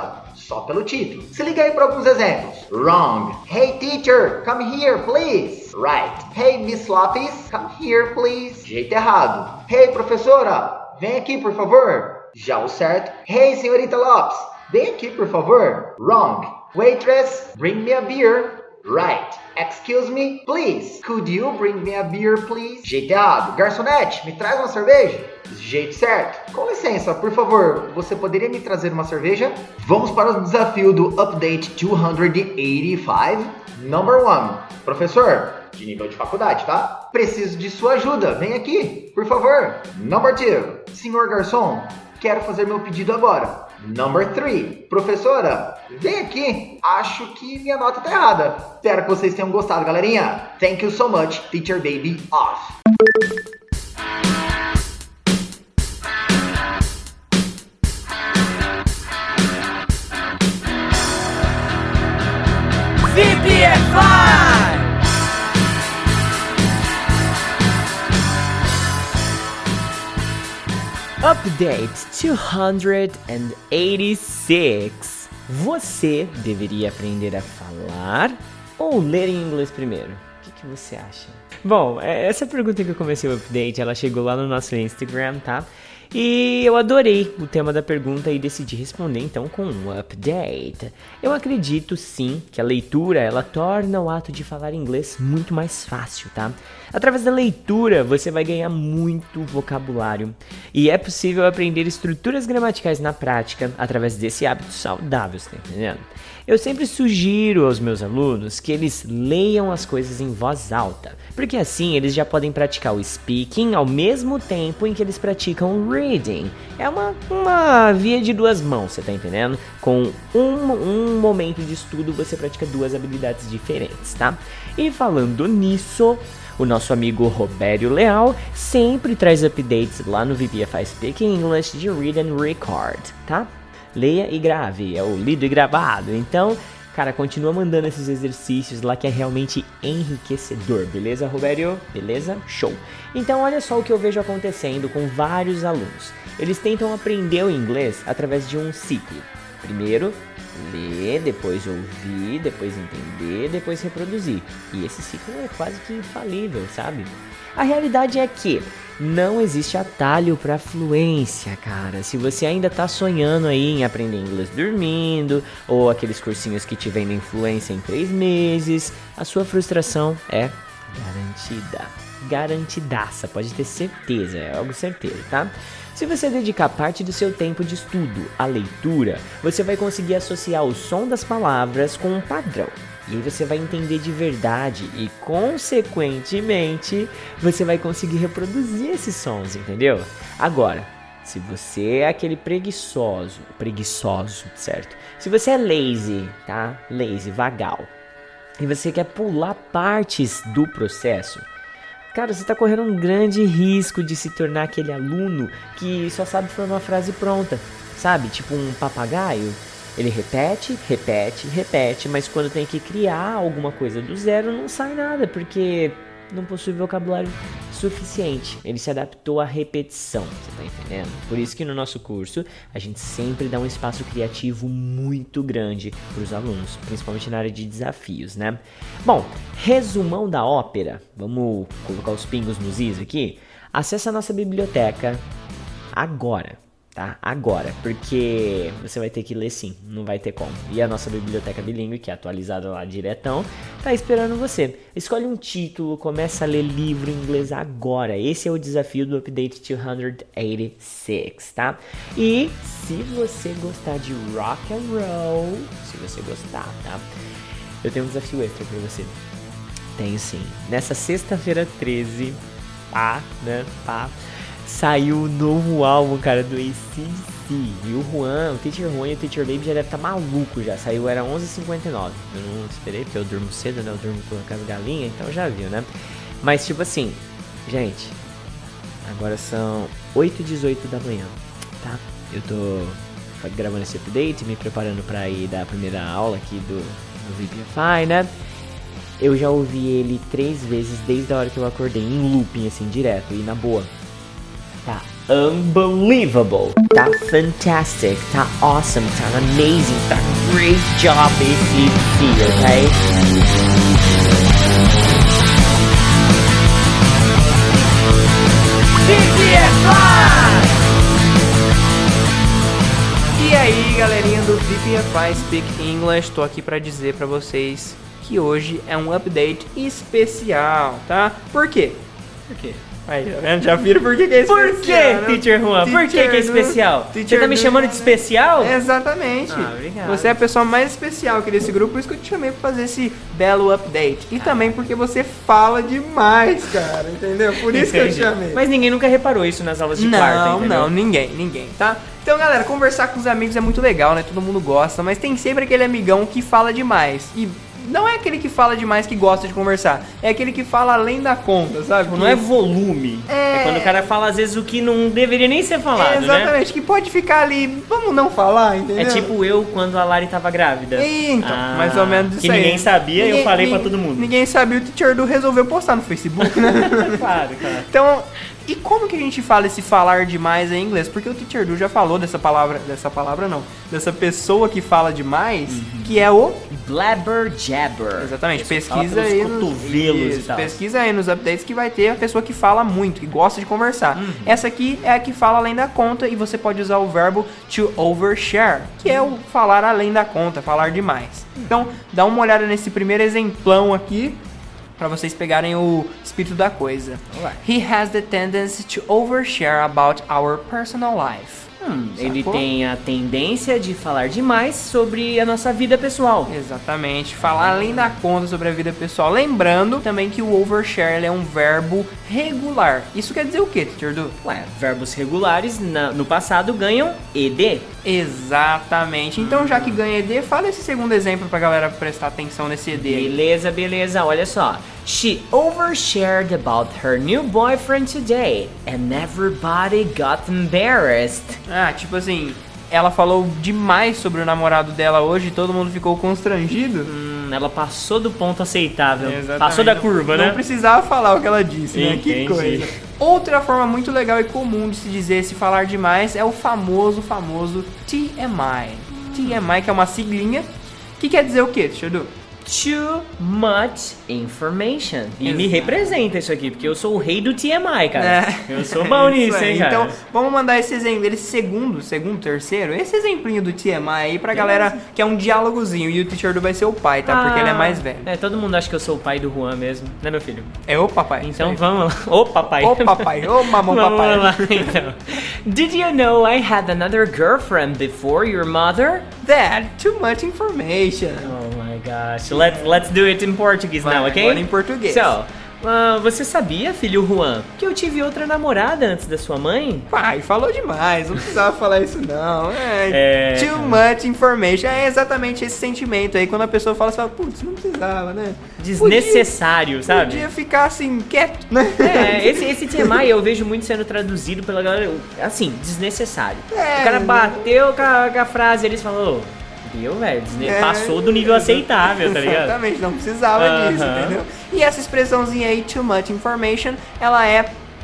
só pelo título. Se liga aí para alguns exemplos. Wrong. Hey teacher, come here please. Right. Hey Miss Lopes, come here please. Jeito errado. Hey professora, vem aqui por favor. Já o certo. Hey senhorita Lopes, vem aqui por favor. Wrong. Waitress, bring me a beer. Right. Excuse me, please. Could you bring me a beer, please? Jeito errado. Garçonete, me traz uma cerveja? Jeito certo. Com licença, por favor, você poderia me trazer uma cerveja? Vamos para o desafio do Update duzentos e oitenta e cinco. Number one. Professor, de nível de faculdade, tá? Preciso de sua ajuda. Vem aqui, por favor. Number two. Senhor garçom, quero fazer meu pedido agora. Number three. Professora, vem aqui. Acho que minha nota tá errada. Espero que vocês tenham gostado, galerinha. Thank you so much, Teacher Baby Off. V P F I! Update duzentos e oitenta e seis. Você deveria aprender a falar ou ler em inglês primeiro? O que, que você acha? Bom, essa pergunta que eu comecei o update, ela chegou lá no nosso Instagram, tá? E eu adorei o tema da pergunta e decidi responder então com um update. Eu acredito sim que a leitura ela torna o ato de falar inglês muito mais fácil, tá? Através da leitura você vai ganhar muito vocabulário e é possível aprender estruturas gramaticais na prática através desse hábito saudável, você tá entendendo? Eu sempre sugiro aos meus alunos que eles leiam as coisas em voz alta, porque assim eles já podem praticar o speaking ao mesmo tempo em que eles praticam o reading. É uma, uma via de duas mãos, você tá entendendo? Com um, um momento de estudo você pratica duas habilidades diferentes, tá? E falando nisso, o nosso amigo Robério Leal sempre traz updates lá no V P F I Speak English de Read and Record, tá? Leia e grave, é o lido e gravado. Então, cara, continua mandando esses exercícios lá que é realmente enriquecedor, beleza, Robério? Beleza? Show! Então, olha só o que eu vejo acontecendo com vários alunos. Eles tentam aprender o inglês através de um ciclo. Primeiro, ler, depois ouvir, depois entender, depois reproduzir. E esse ciclo é quase que infalível, sabe? A realidade é que não existe atalho para fluência, cara. Se você ainda tá sonhando aí em aprender inglês dormindo, ou aqueles cursinhos que te vendem fluência em três meses, a sua frustração é garantida. Garantidaça, pode ter certeza, é algo certeiro, tá? Se você dedicar parte do seu tempo de estudo à leitura, você vai conseguir associar o som das palavras com um padrão. E aí você vai entender de verdade e, consequentemente, você vai conseguir reproduzir esses sons, entendeu? Agora, se você é aquele preguiçoso, preguiçoso, certo? Se você é lazy, tá? Lazy, vagal, e você quer pular partes do processo, cara, você tá correndo um grande risco de se tornar aquele aluno que só sabe formar uma frase pronta, sabe? Tipo um papagaio. Ele repete, repete, repete, mas quando tem que criar alguma coisa do zero, não sai nada, porque não possui vocabulário suficiente. Ele se adaptou à repetição, você tá entendendo? Por isso que no nosso curso, a gente sempre dá um espaço criativo muito grande para os alunos, principalmente na área de desafios, né? Bom, resumão da ópera, vamos colocar os pingos nos is aqui? Acesse a nossa biblioteca agora. Tá? Agora, porque você vai ter que ler sim, não vai ter como. E a nossa biblioteca bilíngue, que é atualizada lá diretão, tá esperando você. Escolhe um título, começa a ler livro em inglês agora. Esse é o desafio do Update duzentos e oitenta e seis, tá? E se você gostar de rock and roll, se você gostar, tá? Eu tenho um desafio extra pra você. Tenho sim. Nessa sexta-feira treze, pá, né, pá, saiu o novo álbum, cara, do A C D C. E o Juan, o Teacher Juan e o Teacher Baby já deve estar tá maluco já. Saiu, era onze e cinquenta e nove. Eu não esperei, porque eu durmo cedo, né? Eu durmo com as galinhas, então já viu, né? Mas, tipo assim, gente, agora são oito e dezoito da manhã, tá? Eu tô gravando esse update, me preparando pra ir dar a primeira aula aqui do, do V P F I, né? Eu já ouvi ele três vezes desde a hora que eu acordei, em looping, assim, direto, e na boa. Tá unbelievable, tá fantastic, tá awesome, tá amazing, tá great job esse fio, ok? V P F I! E aí, galerinha do V P F I Speak English, tô aqui pra dizer pra vocês que hoje é um update especial, tá? Por quê? Por quê? Aí, tá vendo? Já viram por que, que é especial? Por que, né? Teacher Juan? Por que, que é especial? Você tá me chamando de especial? Exatamente. Ah, obrigado. Você é a pessoa mais especial aqui desse grupo, por isso que eu te chamei pra fazer esse belo update. E também porque você fala demais, cara, entendeu? Por isso que eu te chamei. Mas ninguém nunca reparou isso nas aulas de não, quarta, entendeu? Não, ninguém, ninguém, tá? Então, galera, conversar com os amigos é muito legal, né? Todo mundo gosta, mas tem sempre aquele amigão que fala demais. E não é aquele que fala demais que gosta de conversar, é aquele que fala além da conta, sabe? Tipo, não é volume. É... é quando o cara fala, às vezes, o que não deveria nem ser falado, é exatamente, né? Que pode ficar ali, vamos não falar, entendeu? É tipo eu quando a Lari tava grávida. Então, ah, mais ou menos isso que aí. Que ninguém sabia e eu falei ninguém, pra todo mundo. Ninguém sabia, o Teacher Du resolveu postar no Facebook, né? Claro, claro. Então, e como que a gente fala esse falar demais em inglês? Porque o Teacher Du já falou dessa palavra, dessa palavra não, dessa pessoa que fala demais, uhum. que é o... blabber jabber. Exatamente, pesquisa aí nos cotovelos e tal. Pesquisa aí nos updates que vai ter a pessoa que fala muito, que gosta de conversar. Uhum. Essa aqui é a que fala além da conta e você pode usar o verbo to overshare, que é o falar além da conta, falar demais. Uhum. Então, dá uma olhada nesse primeiro exemplão aqui, para vocês pegarem o espírito da coisa. Right. He has the tendency to overshare about our personal life. Hum, ele tem a tendência de falar demais sobre a nossa vida pessoal. Exatamente, falar além da conta sobre a vida pessoal. Lembrando também que o overshare ele é um verbo regular. Isso quer dizer o quê, Teacher Du? Ué, verbos regulares na, no passado ganham ed. Exatamente. Então, já que ganha ed, fala esse segundo exemplo pra galera prestar atenção nesse ed. Beleza, beleza. Olha só. She overshared about her new boyfriend today and everybody got embarrassed. Ah, tipo assim, ela falou demais sobre o namorado dela hoje e todo mundo ficou constrangido. Hum, ela passou do ponto aceitável. Exatamente. Passou da curva, não, né? Não precisava falar o que ela disse, né? Entendi. Que coisa. Outra forma muito legal e comum de se dizer se falar demais é o famoso, famoso T M I. T M I, que é uma siglinha, que quer dizer o quê, Teacher Du? Too much information. E Exato. Me representa isso aqui, porque eu sou o rei do T M I, cara. É. Eu sou bom nisso, hein, cara. Então, vamos mandar esse exemplo, esse segundo, segundo, terceiro, esse exemplinho do T M I aí pra galera que é um diálogozinho. E o Teacher Du vai ser o pai, tá? Ah, porque ele é mais velho. É, todo mundo acha que eu sou o pai do Juan mesmo, né, meu filho? É o papai. Então vamos lá. Ô, papai. Ô, papai. Ô, mamão papai. Vamos lá, então. Did you know I had another girlfriend before your mother? That, too much information. Oh my gosh. Let's, let's do it in Portuguese Vai, now, ok? Agora em português. So, uh, você sabia, filho Juan, que eu tive outra namorada antes da sua mãe? Pai, falou demais, não precisava falar isso não. É, é, too much information. É exatamente esse sentimento aí, quando a pessoa fala, você fala, putz, não precisava, né? Desnecessário, podia, sabe? Podia ficar assim, quieto, né? É, esse, esse T M I eu vejo muito sendo traduzido pela galera, assim, desnecessário. É, o cara bateu com a, com a frase, eles falou, viu, velho? É, passou do nível aceitável, tá ligado? Exatamente, não precisava uh-huh. disso, entendeu? E essa expressãozinha aí, too much information, ela é...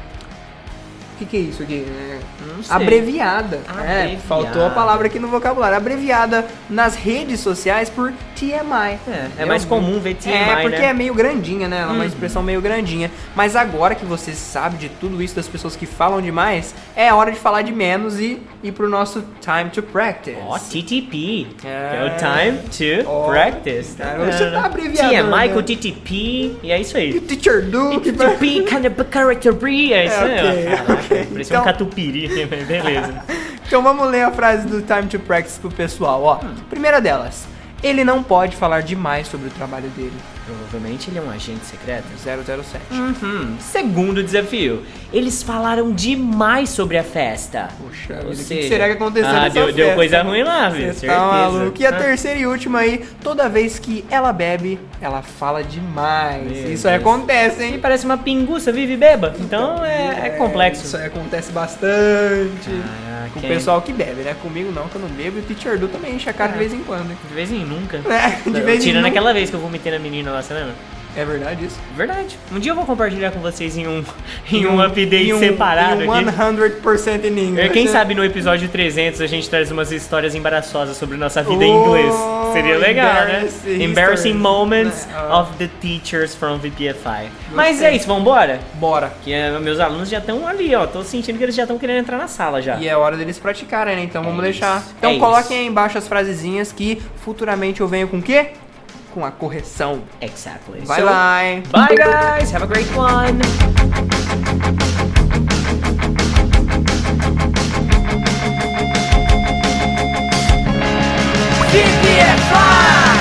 O que, que é isso aqui? É... Abreviada. Abreviada. É, faltou a palavra aqui no vocabulário. Abreviada nas redes sociais por T M I. É, é mais comum ver T M I, É, porque né? é meio grandinha, né? Ela é uma hum. expressão meio grandinha. Mas agora que você sabe de tudo isso das pessoas que falam demais, é hora de falar de menos e ir pro nosso time to practice. Ó, oh, T T P. É, que é o time to oh, practice. Cara, você tá abreviado. T M I né? com T T P, e é isso aí. E Teacher Du. T T P, kind of character B, é isso é, aí. Okay, okay. Parece então, um catupiry, beleza. Então vamos ler a frase do Time to Practice pro pessoal, ó. Hum. Primeira delas, ele não pode falar demais sobre o trabalho dele. Provavelmente ele é um agente secreto. zero zero sete. Uhum. Segundo desafio, eles falaram demais sobre a festa. Puxa, o que será que aconteceu ah, nessa deu, festa? deu coisa ruim lá, viu? Certeza. Tá maluco. E a terceira e última aí, toda vez que ela bebe, ela fala demais. Meu Isso aí acontece, hein? E parece uma pinguça, vive beba. Então é, é complexo. Isso aí acontece bastante. Caraca, com o pessoal que bebe, né? Comigo não, que eu não bebo. E o Teacher Du também enche a cara é. de vez em quando. Hein? De vez em nunca. É, de vez Tirando em aquela vez que eu vomitei na menina lá, você lembra? É verdade isso? Verdade. Um dia eu vou compartilhar com vocês em um, em um, um update um, separado. Em um cem por cento em inglês. Quem sabe no episódio trezentos a gente traz umas histórias embaraçosas sobre nossa vida oh, em inglês. Seria legal, né? Embarrassing moments uh. of the teachers from V P F I. Mas é isso, vambora? Bora. Que uh, meus alunos já estão ali, ó. Tô sentindo que eles já estão querendo entrar na sala já. E é hora deles praticarem, né? Então é vamos isso. deixar. Então é coloquem aí embaixo as frasezinhas que futuramente eu venho com o quê? Com a correção. Exactly. Bye, so, bye. Bye, guys. Have a great one. V P F I!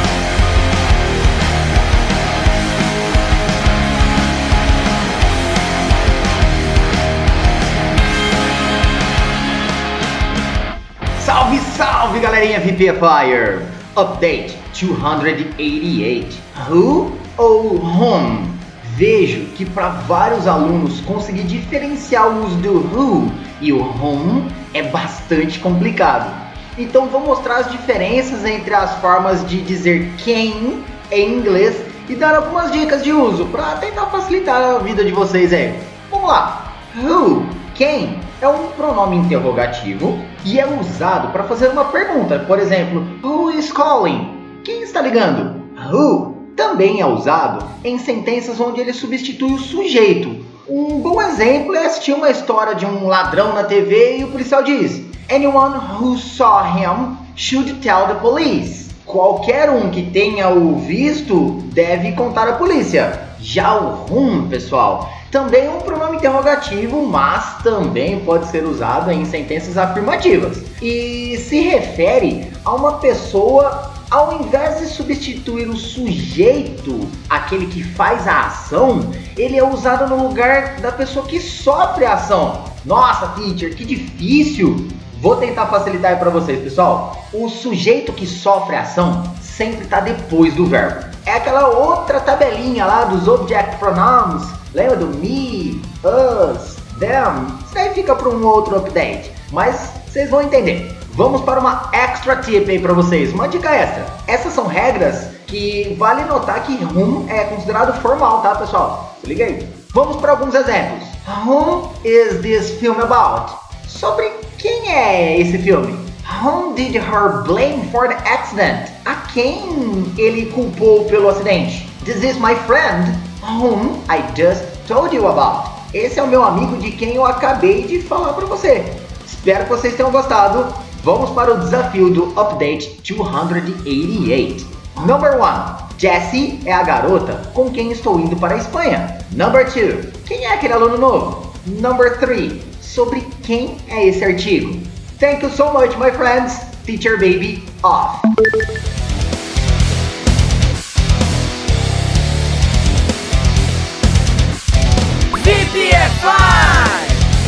Salve, salve, galerinha VPFire! Update two eighty-eight. Who ou whom? Vejo que para vários alunos conseguir diferenciar o uso do who e o whom é bastante complicado. Então vou mostrar as diferenças entre as formas de dizer quem em inglês e dar algumas dicas de uso para tentar facilitar a vida de vocês aí. Vamos lá! Who, quem, é um pronome interrogativo e é usado para fazer uma pergunta. Por exemplo, who is calling? Quem está ligando? Who também é usado em sentenças onde ele substitui o sujeito. Um bom exemplo é assistir uma história de um ladrão na T V e o policial diz: anyone who saw him should tell the police. Qualquer um que tenha o visto deve contar à polícia. Já o whom, pessoal, também é um pronome interrogativo, mas também pode ser usado em sentenças afirmativas. E se refere a uma pessoa, ao invés de substituir o sujeito, aquele que faz a ação, ele é usado no lugar da pessoa que sofre a ação. Nossa, teacher, que difícil! Vou tentar facilitar aí para vocês, pessoal. O sujeito que sofre a ação sempre está depois do verbo. É aquela outra tabelinha lá dos object pronouns. Lembra do me, us, them? Isso aí fica para um outro update, mas vocês vão entender. Vamos para uma extra tip aí para vocês, uma dica extra. Essas são regras que vale notar que whom é considerado formal, tá, pessoal? Se liga aí. Vamos para alguns exemplos. Whom is this film about? Sobre quem é esse filme? Whom did her blame for the accident? A quem ele culpou pelo acidente? This is my friend, whom I just told you about. Esse é o meu amigo de quem eu acabei de falar para você. Espero que vocês tenham gostado. Vamos para o desafio do Update two eighty-eight. Number one. Jessie é a garota com quem estou indo para a Espanha. Number two. Quem é aquele aluno novo? Number three. Sobre quem é esse artigo? Thank you so much, my friends. Teacher Baby off. V P F I!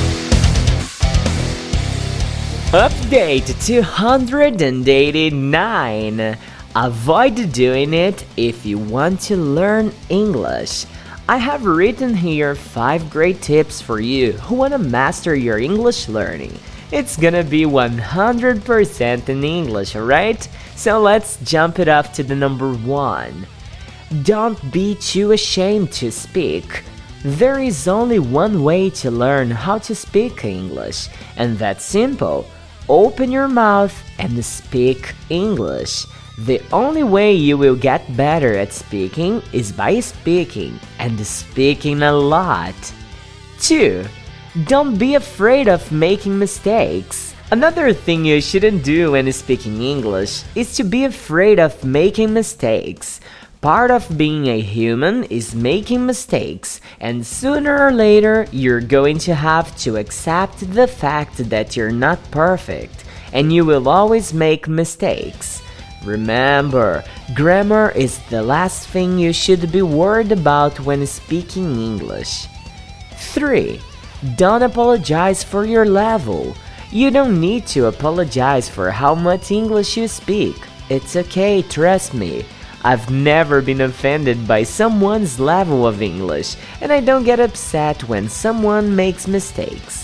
Update two eighty-nine. Avoid doing it if you want to learn English. I have written here five great tips for you who want to master your English learning. It's gonna be one hundred percent in English, alright? So let's jump it up to the number one. Don't be too ashamed to speak. There is only one way to learn how to speak English, and that's simple. Open your mouth and speak English. The only way you will get better at speaking is by speaking, and speaking a lot. two. Don't be afraid of making mistakes. Another thing you shouldn't do when speaking English is to be afraid of making mistakes. Part of being a human is making mistakes, and sooner or later you're going to have to accept the fact that you're not perfect, and you will always make mistakes. Remember, grammar is the last thing you should be worried about when speaking English. three. Don't apologize for your level. You don't need to apologize for how much English you speak. It's okay, trust me. I've never been offended by someone's level of English, and I don't get upset when someone makes mistakes.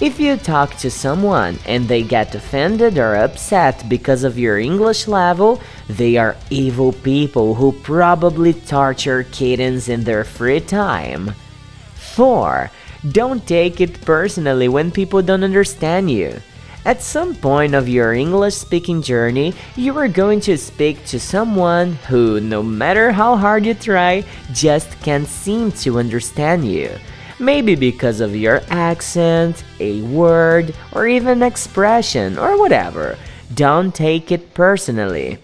If you talk to someone and they get offended or upset because of your English level, they are evil people who probably torture kittens in their free time. four. Don't take it personally when people don't understand you. At some point of your English speaking journey, you are going to speak to someone who, no matter how hard you try, just can't seem to understand you. Maybe because of your accent, a word, or even expression, or whatever. Don't take it personally.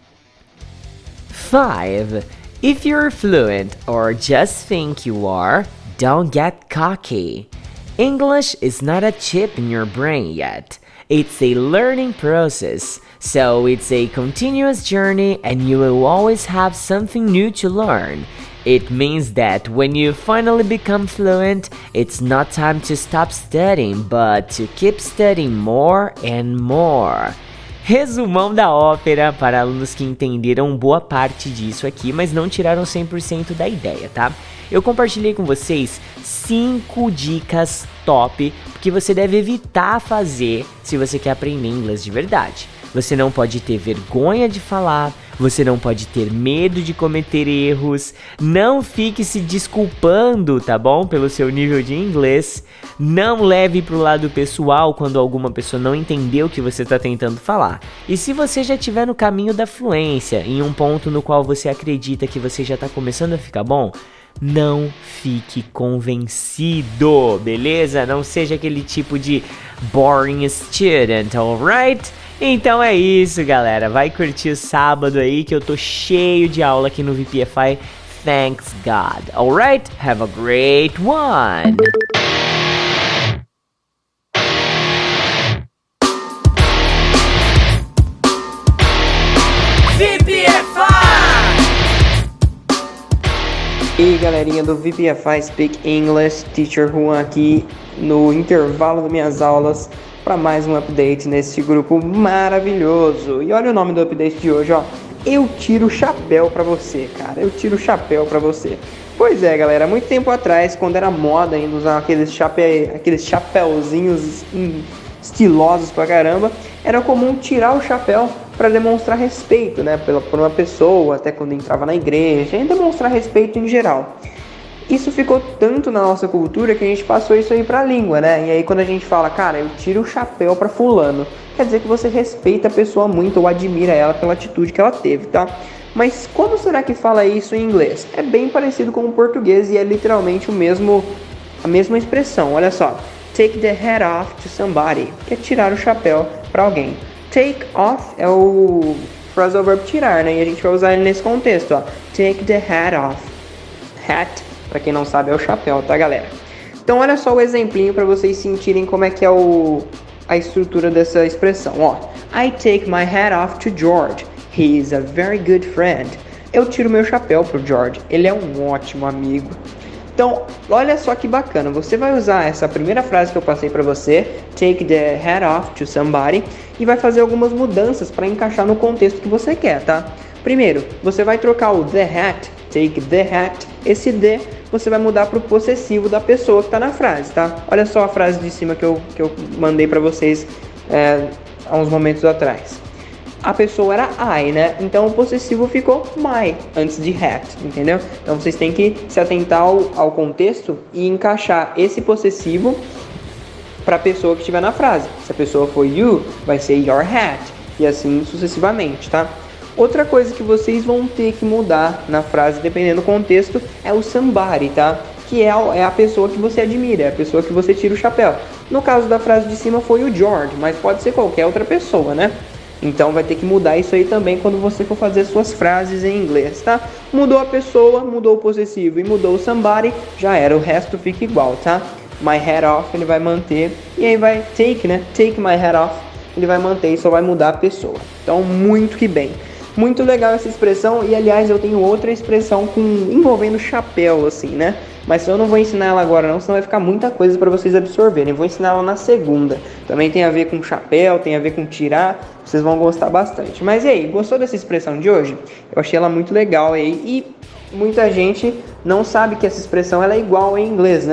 five. If you're fluent or just think you are, don't get cocky. English is not a chip in your brain yet. It's a learning process, so it's a continuous journey and you will always have something new to learn. It means that when you finally become fluent, it's not time to stop studying, but to keep studying more and more. Resumão da ópera para alunos que entenderam boa parte disso aqui, mas não tiraram cem por cento da ideia, tá? Eu compartilhei com vocês cinco dicas top que você deve evitar fazer se você quer aprender inglês de verdade. Você não pode ter vergonha de falar, você não pode ter medo de cometer erros, não fique se desculpando, tá bom? Pelo seu nível de inglês, não leve pro lado pessoal quando alguma pessoa não entendeu o que você está tentando falar. E se você já estiver no caminho da fluência, em um ponto no qual você acredita que você já está começando a ficar bom, não fique convencido, beleza? Não seja aquele tipo de boring student, alright? Então é isso, galera. Vai curtir o sábado aí que eu tô cheio de aula aqui no V P F I. Thanks God. Alright? Have a great one! V P F I! E aí, galerinha do V P F I Speak English, Teacher Juan aqui no intervalo das minhas aulas para mais um update nesse grupo maravilhoso. E olha o nome do update de hoje, ó. Eu tiro o chapéu pra você, cara. Eu tiro o chapéu pra você. Pois é, galera. Muito tempo atrás, quando era moda ainda usar aqueles, chape... aqueles chapéuzinhos estilosos pra caramba, era comum tirar o chapéu para demonstrar respeito, né? Pela, por uma pessoa, até quando entrava na igreja, e demonstrar respeito em geral. Isso ficou tanto na nossa cultura que a gente passou isso aí pra língua, né? E aí quando a gente fala, cara, eu tiro o chapéu pra fulano, quer dizer que você respeita a pessoa muito ou admira ela pela atitude que ela teve, tá? Mas como será que fala isso em inglês? É bem parecido com o português e é literalmente o mesmo, a mesma expressão. Olha só, take the hat off to somebody, que é tirar o chapéu pra alguém. Take off é o phrasal verb tirar, né? E a gente vai usar ele nesse contexto, ó. Take the hat off. Hat, pra quem não sabe, é o chapéu, tá, galera? Então olha só o exemplinho para vocês sentirem como é que é o, a estrutura dessa expressão, ó. I take my hat off to George. He is a very good friend. Eu tiro meu chapéu pro George. Ele é um ótimo amigo. Então, olha só que bacana. Você vai usar essa primeira frase que eu passei para você, take the hat off to somebody, e vai fazer algumas mudanças para encaixar no contexto que você quer, tá? Primeiro, você vai trocar o the hat, take the hat, esse the você vai mudar para o possessivo da pessoa que está na frase, tá? Olha só a frase de cima que eu, que eu mandei para vocês é, há uns momentos atrás. A pessoa era I, né? Então o possessivo ficou my antes de hat, entendeu? Então vocês têm que se atentar ao, ao contexto e encaixar esse possessivo para a pessoa que estiver na frase. Se a pessoa for you, vai ser your hat e assim sucessivamente, tá? Outra coisa que vocês vão ter que mudar na frase, dependendo do contexto, é o somebody, tá? Que é a, é a pessoa que você admira, é a pessoa que você tira o chapéu. No caso da frase de cima foi o George, mas pode ser qualquer outra pessoa, né? Então vai ter que mudar isso aí também quando você for fazer suas frases em inglês, tá? Mudou a pessoa, mudou o possessivo e mudou o somebody, já era, o resto fica igual, tá? My hat off ele vai manter, e aí vai take, né? Take my hat off, ele vai manter e só vai mudar a pessoa. Então muito que bem. Muito legal essa expressão, e aliás eu tenho outra expressão com, envolvendo chapéu, assim, né? Mas eu não vou ensinar ela agora não, senão vai ficar muita coisa para vocês absorverem. Vou ensinar ela na segunda. Também tem a ver com chapéu, tem a ver com tirar, vocês vão gostar bastante. Mas e aí, gostou dessa expressão de hoje? Eu achei ela muito legal aí, e muita gente não sabe que essa expressão ela é igual em inglês, né?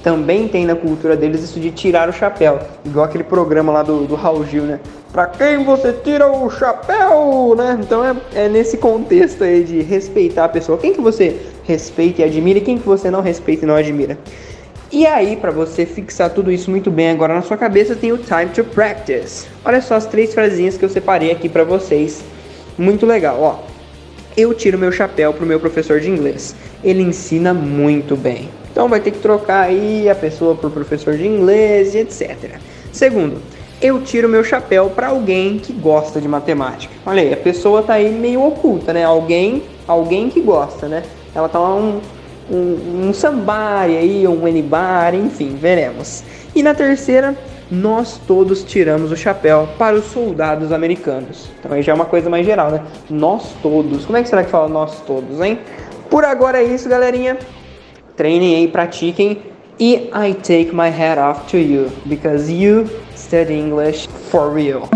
também tem na cultura deles isso de tirar o chapéu, igual aquele programa lá do, do Raul Gil, né? Pra quem você tira o chapéu, né? Então é, é nesse contexto aí de respeitar a pessoa. Quem que você respeita e admira e quem que você não respeita e não admira? E aí, para você fixar tudo isso muito bem agora na sua cabeça, tem o Time to Practice. Olha só as três frasinhas que eu separei aqui para vocês. Muito legal, ó. Eu tiro meu chapéu pro meu professor de inglês. Ele ensina muito bem. Então vai ter que trocar aí a pessoa por professor de inglês e etcétera. Segundo, eu tiro meu chapéu para alguém que gosta de matemática. Olha aí, a pessoa tá aí meio oculta, né? Alguém, alguém que gosta, né? Ela tá lá um, um, um somebody aí, um anybody, enfim, veremos. E na terceira, nós todos tiramos o chapéu para os soldados americanos. Então aí já é uma coisa mais geral, né? Nós todos. Como é que será que fala nós todos, hein? Por agora é isso, galerinha. Treinem aí, pratiquem. E I take my hat off to you, because you study English for real.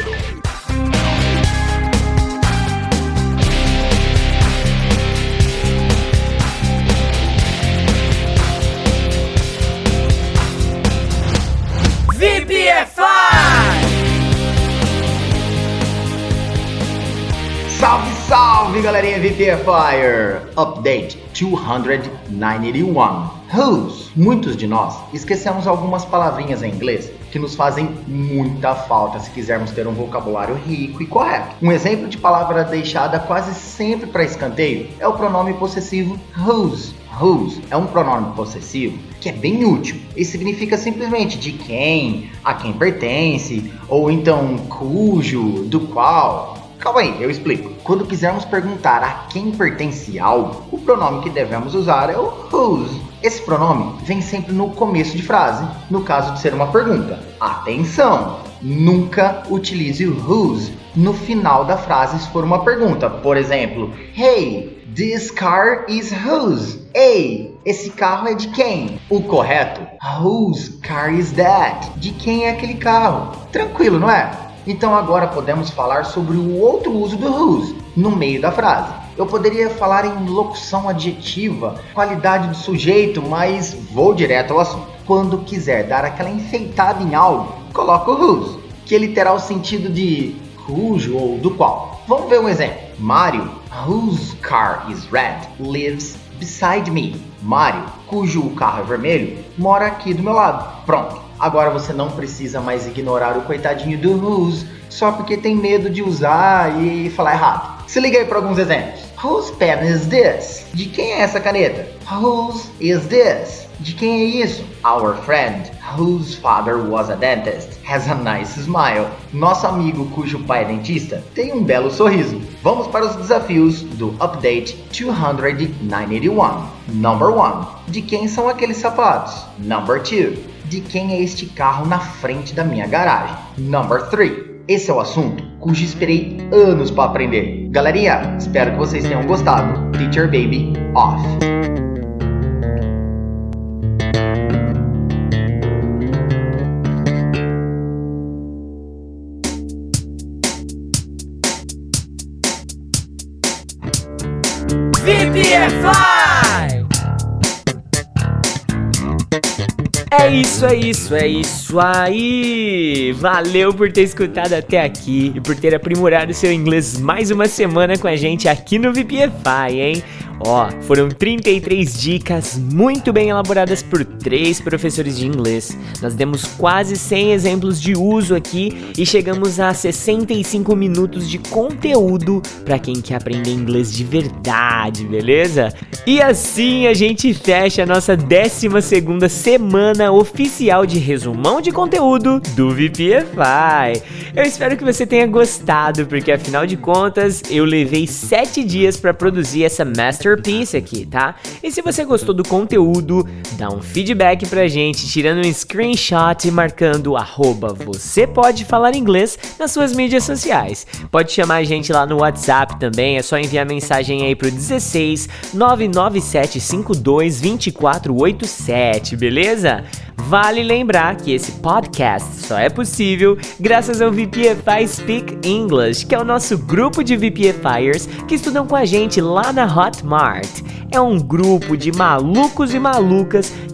V P F I! Salve, salve, galerinha V P F I! Update duzentos e noventa e um. Whose? Muitos de nós esquecemos algumas palavrinhas em inglês que nos fazem muita falta se quisermos ter um vocabulário rico e correto. Um exemplo de palavra deixada quase sempre para escanteio é o pronome possessivo whose. Whose é um pronome possessivo que é bem útil e significa simplesmente de quem, a quem pertence, ou então cujo, do qual. Calma aí, eu explico. Quando quisermos perguntar a quem pertence algo, o pronome que devemos usar é o whose. Esse pronome vem sempre no começo de frase, no caso de ser uma pergunta. Atenção! Nunca utilize o whose no final da frase se for uma pergunta. Por exemplo, Hey, this car is whose? Ei, esse carro é de quem? O correto, whose car is that? De quem é aquele carro? Tranquilo, não é? Então agora podemos falar sobre o outro uso do whose no meio da frase. Eu poderia falar em locução adjetiva, qualidade do sujeito, mas vou direto ao assunto. Quando quiser dar aquela enfeitada em algo, coloca o whose, que é literal sentido de cujo ou do qual. Vamos ver um exemplo. Mario, whose car is red, lives beside me. Mario, cujo carro é vermelho, mora aqui do meu lado. Pronto. Agora você não precisa mais ignorar o coitadinho do whose só porque tem medo de usar e falar errado. Se liga aí para alguns exemplos. Whose pen is this? De quem é essa caneta? Whose is this? De quem é isso? Our friend, whose father was a dentist, has a nice smile. Nosso amigo cujo pai é dentista tem um belo sorriso. Vamos para os desafios do Update duzentos e noventa e um. Number one. De quem são aqueles sapatos? Number two. De quem é este carro na frente da minha garagem? Number three. Esse é o assunto cujo esperei anos para aprender. Galerinha, espero que vocês tenham gostado. Teacher Baby off. V P F I! É isso, é isso, é isso aí! Valeu por ter escutado até aqui e por ter aprimorado seu inglês mais uma semana com a gente aqui no V P F I, hein? Ó, foram trinta e três dicas muito bem elaboradas por três professores de inglês. Nós demos quase cem exemplos de uso aqui e chegamos a sessenta e cinco minutos de conteúdo para quem quer aprender inglês de verdade, beleza? E assim a gente fecha a nossa décima segunda semana oficial de resumão de conteúdo do V P F I. Eu espero que você tenha gostado, porque afinal de contas eu levei sete dias para produzir essa masterpiece aqui, tá? E se você gostou do conteúdo, dá um feedback pra gente, tirando um screenshot e marcando arroba você pode falar inglês nas suas mídias sociais. Pode chamar a gente lá no WhatsApp também, é só enviar mensagem aí pro dezesseis nove nove sete cinco dois dois quatro oito sete, beleza? Vale lembrar que esse podcast só é possível graças ao V P F I Speak English, que é o nosso grupo de VPFIers que estudam com a gente lá na Hotmart. É um grupo de malucos e malucas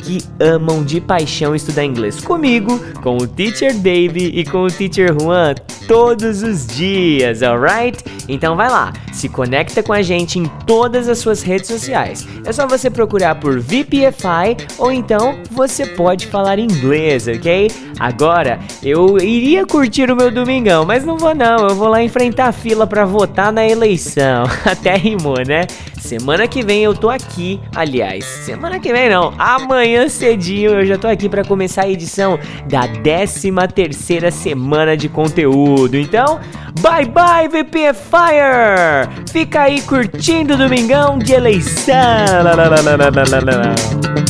que amam de paixão estudar inglês comigo, com o Teacher Dave e com o Teacher Juan todos os dias, alright? Então vai lá, se conecta com a gente em todas as suas redes sociais. É só você procurar por V P F I ou então você pode falar inglês, ok? Agora, eu iria curtir o meu domingão, mas não vou não, eu vou lá enfrentar a fila pra votar na eleição. Até rimou, né? Semana que vem eu tô aqui, aliás, semana que vem não, amanhã cedinho eu já tô aqui pra começar a edição da décima terceira semana de conteúdo. Então, bye bye V P F Fire! Fica aí curtindo o domingão de eleição!